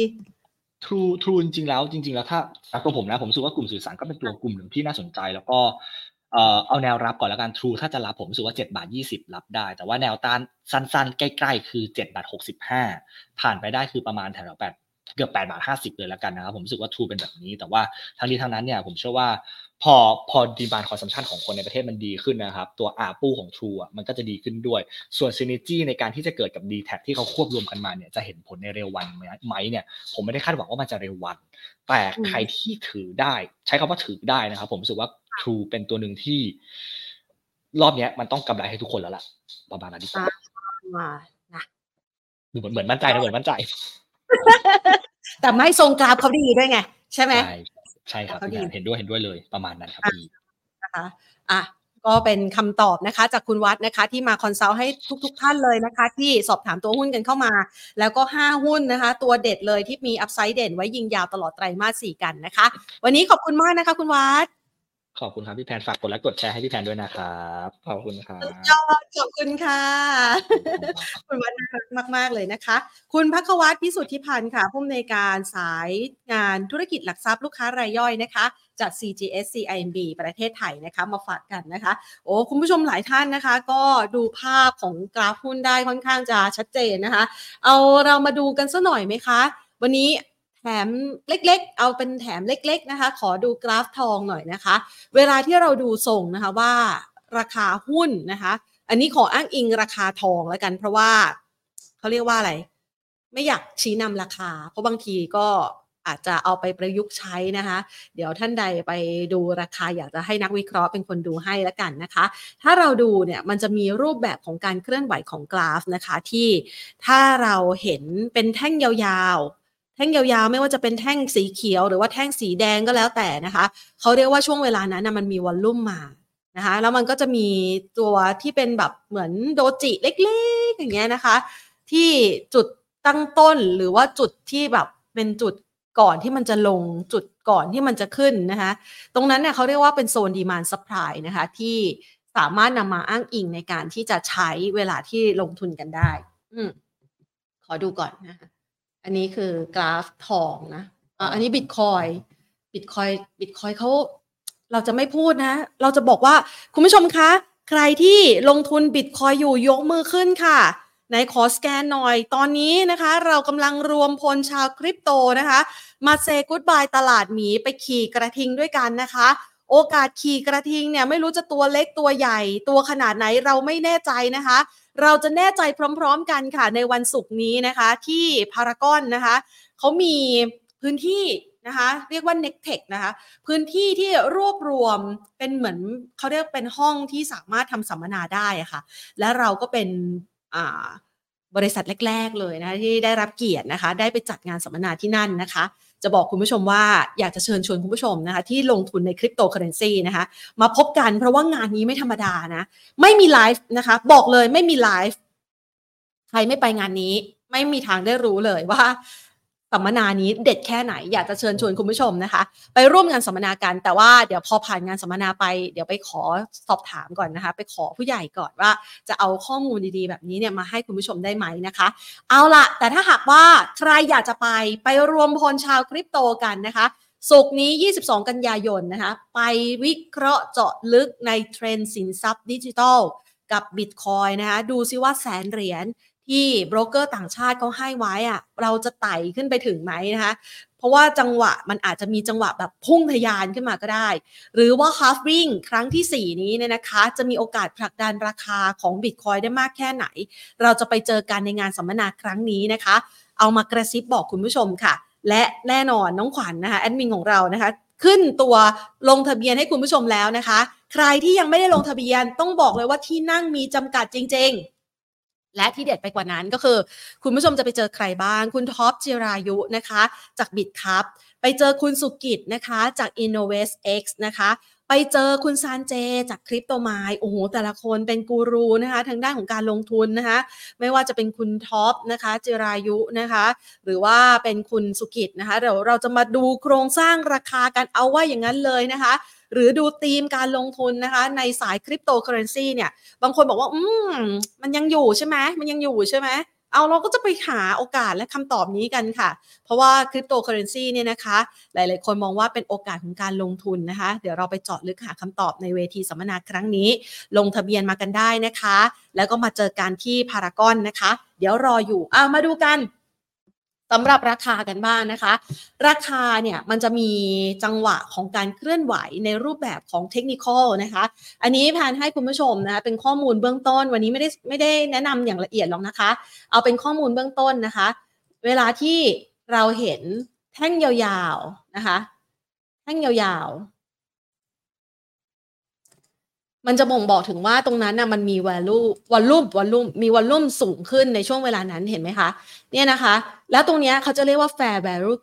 True True จริงๆแล้วจริงๆแล้วถ้าตัวผมนะผมรู้สึกว่ากลุ่มสื่อสารก็เป็นตัวกลุ่มหนึ่งที่น่าสนใจแล้วก็เอ่อเอาแนวรับก่อนแล้วกัน True ถ้าจะรับผมรู้สึกว่าเจ็ดบาทยี่สิบรับได้แต่ว่าแนวต้านสั้นๆใกล้ๆคือเจ็ดบาทหกสิบห้าผ่านไปได้คือประมาณแถวๆแปดเกือบแปดบาทห้าสิบเลยแล้วกันนะครับผมรู้สึกว่า True เป็นแบบนี้แต่ว่าทั้งนี้ทั้งนั้นเนี่ยผมเชื่อว่าพอพอ demand consumption ของคนในประเทศมันดีขึ้นนะครับตัว อาร์ พี ยู ของ True อะมันก็จะดีขึ้นด้วยส่วน synergy ในการที่จะเกิดกับ ดี แท็ก ที่เขาควบรวมกันมาเนี่ยจะเห็นผลในเร็ววันไหมไหมเนี่ยผมไม่ได้คาดหวังว่ามันจะเร็ววัน แต่อืมใครที่ถือได้ใช้คำว่าถือได้นะครับผมรู้สึกว่า True เป็นตัวหนึ่งที่รอบเนี้ยมันต้องกำไรให้ทุกคนแล้วล่ะประมาณนั้นดีกว่าอานะดูเหมือนเหมือนมั่นใจนะเหมือนมั่นใจแต่ไม่ทรงกราฟเขาดีด้วยไงใช่ไหมใช่ใช่ครับพี่แพนเห็นด้วยเห็นด้วยเลยประมาณนั้นครับพี่นะคะอ่ะก็เป็นคำตอบนะคะจากคุณวัดนะคะที่มาคอนซัลท์ให้ทุกๆท่านเลยนะคะที่สอบถามตัวหุ้นกันเข้ามาแล้วก็ห้าหุ้นนะคะตัวเด็ดเลยที่มีอัพไซด์เด่นไว้ยิงยาวตลอดไตรมาสสี่กันนะคะวันนี้ขอบคุณมากนะคะคุณวัดขอบคุณครับพี่แพนฝากกดไลค์กดแชร์ให้พี่แพนด้วยนะครับขอบคุณครัสุดยอบดขอบคุณค่ะคุณวัดน่ารักมากๆเลยนะคะคุณภัควัฒน์พิสุทธิพันธ์ค่ะผู้อำนวยการสายงานธุรกิจหลักทรัพย์ลูกค้ารายย่อยนะคะจาก ซี จี เอส ซี ไอ เอ็ม บี ประเทศไทยนะคะมาฝากกันนะคะโอ้คุณผู้ชมหลายท่านนะคะก็ดูภาพของกราฟหุ้นได้ค่อนข้างจะชัดเจนนะคะเอาเรามาดูกันสักหน่อยไหมคะวันนี้แถมเล็กๆเอาเป็นแถมเล็กๆนะคะขอดูกราฟทองหน่อยนะคะเวลาที่เราดูทรงนะคะว่าราคาหุ้นนะคะอันนี้ขออ้างอิงราคาทองแล้วกันเพราะว่าเขาเรียกว่าอะไรไม่อยากชี้นำราคาเพราะบางทีก็อาจจะเอาไปประยุกต์ใช้นะคะเดี๋ยวท่านใดไปดูราคาอยากจะให้นักวิเคราะห์เป็นคนดูให้แล้วกันนะคะถ้าเราดูเนี่ยมันจะมีรูปแบบของการเคลื่อนไหวของกราฟนะคะที่ถ้าเราเห็นเป็นแท่งยาวๆแท่งยาวๆไม่ว่าจะเป็นแท่งสีเขียวหรือว่าแท่งสีแดงก็แล้วแต่นะคะเขาเรียกว่าช่วงเวลานั้นนะมันมีวอลลุ่มมานะคะแล้วมันก็จะมีตัวที่เป็นแบบเหมือนโดจิเล็กๆอย่างเงี้ยนะคะที่จุดตั้งต้นหรือว่าจุดที่แบบเป็นจุดก่อนที่มันจะลงจุดก่อนที่มันจะขึ้นนะคะตรงนั้นเนี่ยเขาเรียกว่าเป็นโซน demand supply นะคะที่สามารถนำมาอ้างอิงในการที่จะใช้เวลาที่ลงทุนกันได้อืมขอดูก่อนนะคะอันนี้คือกราฟทองนะอ่ะอันนี้บิตคอยบิตคอยบิตคอยเขาเราจะไม่พูดนะเราจะบอกว่าคุณผู้ชมคะใครที่ลงทุนบิตคอยอยู่ยกมือขึ้นค่ะไหนขอสแกนหน่อยตอนนี้นะคะเรากำลังรวมพลชาวคริปโตนะคะมาเซกู๊ดบายตลาดหมีไปขี่กระทิงด้วยกันนะคะโอกาสขี่กระทิงเนี่ยไม่รู้จะตัวเล็กตัวใหญ่ตัวขนาดไหนเราไม่แน่ใจนะคะเราจะแน่ใจพร้อมๆกันค่ะในวันศุกร์นี้นะคะที่พารากอนนะคะเขามีพื้นที่นะคะเรียกว่า Nectech นะคะพื้นที่ที่รวบรวมเป็นเหมือนเขาเรียกเป็นห้องที่สามารถทำสัมมนาได้อะค่ะและเราก็เป็นอ่าบริษัทแรกๆเลยนะคะที่ได้รับเกียรตินะคะได้ไปจัดงานสัมมนาที่นั่นนะคะจะบอกคุณผู้ชมว่าอยากจะเชิญชวนคุณผู้ชมนะคะที่ลงทุนในคริปโตเคอเรนซีนะคะมาพบกันเพราะว่างานนี้ไม่ธรรมดานะไม่มีไลฟ์นะคะบอกเลยไม่มีไลฟ์ใครไม่ไปงานนี้ไม่มีทางได้รู้เลยว่าสัมมนานี้เด็ดแค่ไหนอยากจะเชิญชวนคุณผู้ชมนะคะไปร่วมงานสัมมนากันแต่ว่าเดี๋ยวพอผ่านงานสัมมนาไปเดี๋ยวไปขอสอบถามก่อนนะคะไปขอผู้ใหญ่ก่อนว่าจะเอาข้อมูลดีๆแบบนี้เนี่ยมาให้คุณผู้ชมได้ไหมนะคะเอาล่ะแต่ถ้าหากว่าใครอยากจะไปไปรวมพลชาวคริปโตกันนะคะศุกร์นี้ยี่สิบสองกันยายนนะคะไปวิเคราะห์เจาะลึกในเทรนด์สินทรัพย์ดิจิทัลกับ Bitcoin นะคะดูซิว่าแสนเหรียญที่โบรกเกอร์ต่างชาติเขาให้ไว้อะเราจะไต่ขึ้นไปถึงไหมนะคะเพราะว่าจังหวะมันอาจจะมีจังหวะแบบพุ่งทะยานขึ้นมาก็ได้หรือว่า halving ครั้งที่สี่นี้เนี่ยนะคะจะมีโอกาสผลักดันราคาของ Bitcoin ได้มากแค่ไหนเราจะไปเจอกันในงานสัมมนาครั้งนี้นะคะเอามากระซิบบอกคุณผู้ชมค่ะและแน่นอนน้องขวัญ น, นะคะแอดมินของเรานะคะขึ้นตัวลงทะเบียนให้คุณผู้ชมแล้วนะคะใครที่ยังไม่ได้ลงทะเบียนต้องบอกเลยว่าที่นั่งมีจำกัดจริงๆและที่เด็ดไปกว่านั้นก็คือคุณผู้ชมจะไปเจอใครบ้างคุณท็อปจิรายุนะคะจาก BitCup ไปเจอคุณสุกิจนะคะจาก InnovestX นะคะไปเจอคุณซานเจจากคริปโตไมล์โอ้โหแต่ละคนเป็นกูรูนะคะทางด้านของการลงทุนนะคะไม่ว่าจะเป็นคุณท็อปนะคะจิรายุนะคะหรือว่าเป็นคุณสุกิจนะคะเดี๋ยวเราจะมาดูโครงสร้างราคากันเอาว่าอย่างนั้นเลยนะคะหรือดูธีมการลงทุนนะคะในสายคริปโตเคอเรนซีเนี่ยบางคนบอกว่าอืมมันยังอยู่ใช่ไหมมันยังอยู่ใช่ไหมเอาเราก็จะไปหาโอกาสและคำตอบนี้กันค่ะเพราะว่าคริปโตเคอเรนซีเนี่ยนะคะหลายๆคนมองว่าเป็นโอกาสของการลงทุนนะคะเดี๋ยวเราไปเจาะลึกหาคำตอบในเวทีสัมมนาครั้งนี้ลงทะเบียนมากันได้นะคะแล้วก็มาเจอกันที่พารากอนนะคะเดี๋ยวรออยู่อ่ะมาดูกันสำหรับราคากันบ้างนะคะราคาเนี่ยมันจะมีจังหวะของการเคลื่อนไหวในรูปแบบของเทคนิคอลนะคะอันนี้แพนให้คุณผู้ชมนะคะเป็นข้อมูลเบื้องต้นวันนี้ไม่ได้ไม่ได้แนะนำอย่างละเอียดหรอกนะคะเอาเป็นข้อมูลเบื้องต้นนะคะเวลาที่เราเห็นแท่งยาวๆนะคะแท่งยาวๆมันจะบ่งบอกถึงว่าตรงนั้นนะมันมี value volume volume มี volume สูงขึ้นในช่วงเวลานั้นเห็นไหมคะเนี่ยนะคะแล้วตรงนี้เขาจะเรียกว่า fair value gap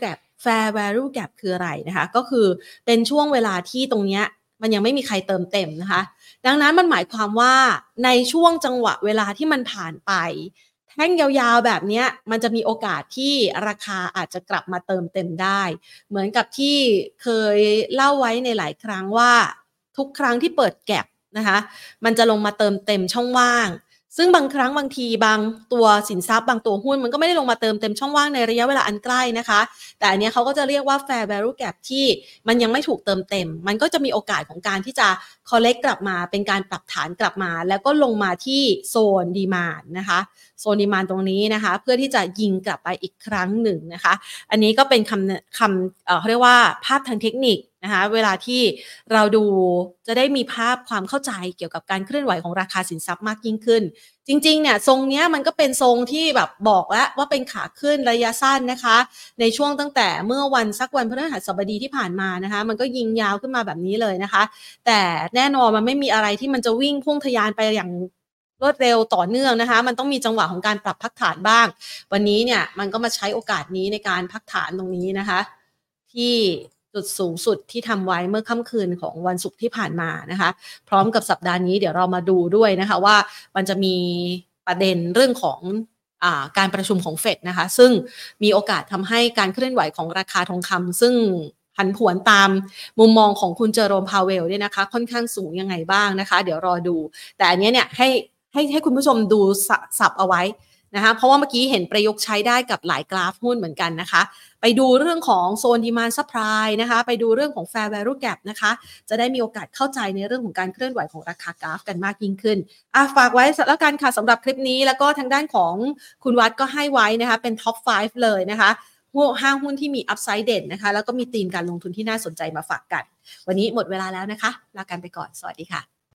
fair value gap คืออะไรนะคะก็คือเป็นช่วงเวลาที่ตรงเนี้ยมันยังไม่มีใครเติมเต็มนะคะดังนั้นมันหมายความว่าในช่วงจังหวะเวลาที่มันผ่านไปแท่งยาวๆแบบเนี้ยมันจะมีโอกาสที่ราคาอาจจะกลับมาเติมเต็มได้เหมือนกับที่เคยเล่าไว้ในหลายครั้งว่าทุกครั้งที่เปิดแก็ปนะคะมันจะลงมาเติมเต็มช่องว่างซึ่งบางครั้งบางทีบางตัวสินทรัพย์บางตัวหุ้นมันก็ไม่ได้ลงมาเติมเต็มช่องว่างในระยะเวลาอันใกล้นะคะแต่อันเนี้ยเขาก็จะเรียกว่า fair value gap ที่มันยังไม่ถูกเติมเต็มมันก็จะมีโอกาสของการที่จะ collect กลับมาเป็นการปรับฐานกลับมาแล้วก็ลงมาที่โซน demand นะคะโซน demand ตรงนี้นะคะเพื่อที่จะยิงกลับไปอีกครั้งหนึ่งนะคะอันนี้ก็เป็นคำคำเอ่อเขาเรียกว่าภาพทางเทคนิคนะคะเวลาที่เราดูจะได้มีภาพความเข้าใจเกี่ยวกับการเคลื่อนไหวของราคาสินทรัพย์มากยิ่งขึ้นจริงๆเนี่ยทรงเนี้ยมันก็เป็นทรงที่แบบบอกแล้วว่าเป็นขาขึ้นระยะสั้นนะคะในช่วงตั้งแต่เมื่อวันสักวันพฤหัสบดีที่ผ่านมานะคะมันก็ยิงยาวขึ้นมาแบบนี้เลยนะคะแต่แน่นอนมันไม่มีอะไรที่มันจะวิ่งพุ่งทะยานไปอย่างรวดเร็วต่อเนื่องนะคะมันต้องมีจังหวะของการปรับพักฐานบ้างวันนี้เนี่ยมันก็มาใช้โอกาสนี้ในการพักฐานตรงนี้นะคะที่จุดสูงสุดที่ทำไว้เมื่อค่ำคืนของวันศุกร์ที่ผ่านมานะคะพร้อมกับสัปดาห์นี้เดี๋ยวเรามาดูด้วยนะคะว่ามันจะมีประเด็นเรื่องของอ่าการประชุมของเฟดนะคะซึ่งมีโอกาสทำให้การเคลื่อนไหวของราคาทองคำซึ่งผันผวนตามมุมมองของคุณเจอโรมพาเวลเนี่ยนะคะค่อนข้างสูงยังไงบ้างนะคะเดี๋ยวรอดูแต่อันนี้เนี่ยให้ให้ให้คุณผู้ชมดูสับเอาไว้นะคะเพราะว่าเมื่อกี้เห็นประยุกต์ใช้ได้กับหลายกราฟหุ้นเหมือนกันนะคะไปดูเรื่องของโซน demand supply นะคะไปดูเรื่องของ fair value gap นะคะจะได้มีโอกาสเข้าใจในเรื่องของการเคลื่อนไหวของราคากราฟกันมากยิ่งขึ้นอ่ะฝากไว้แล้วกันค่ะสำหรับคลิปนี้แล้วก็ทางด้านของคุณวัดก็ให้ไว้นะคะเป็น top ห้าเลยนะคะห้าหุ้นที่มี upside เด่นนะคะแล้วก็มีธีมการลงทุนที่น่าสนใจมาฝากกันวันนี้หมดเวลาแล้วนะคะลากันไปก่อนสวัสดีค่ะ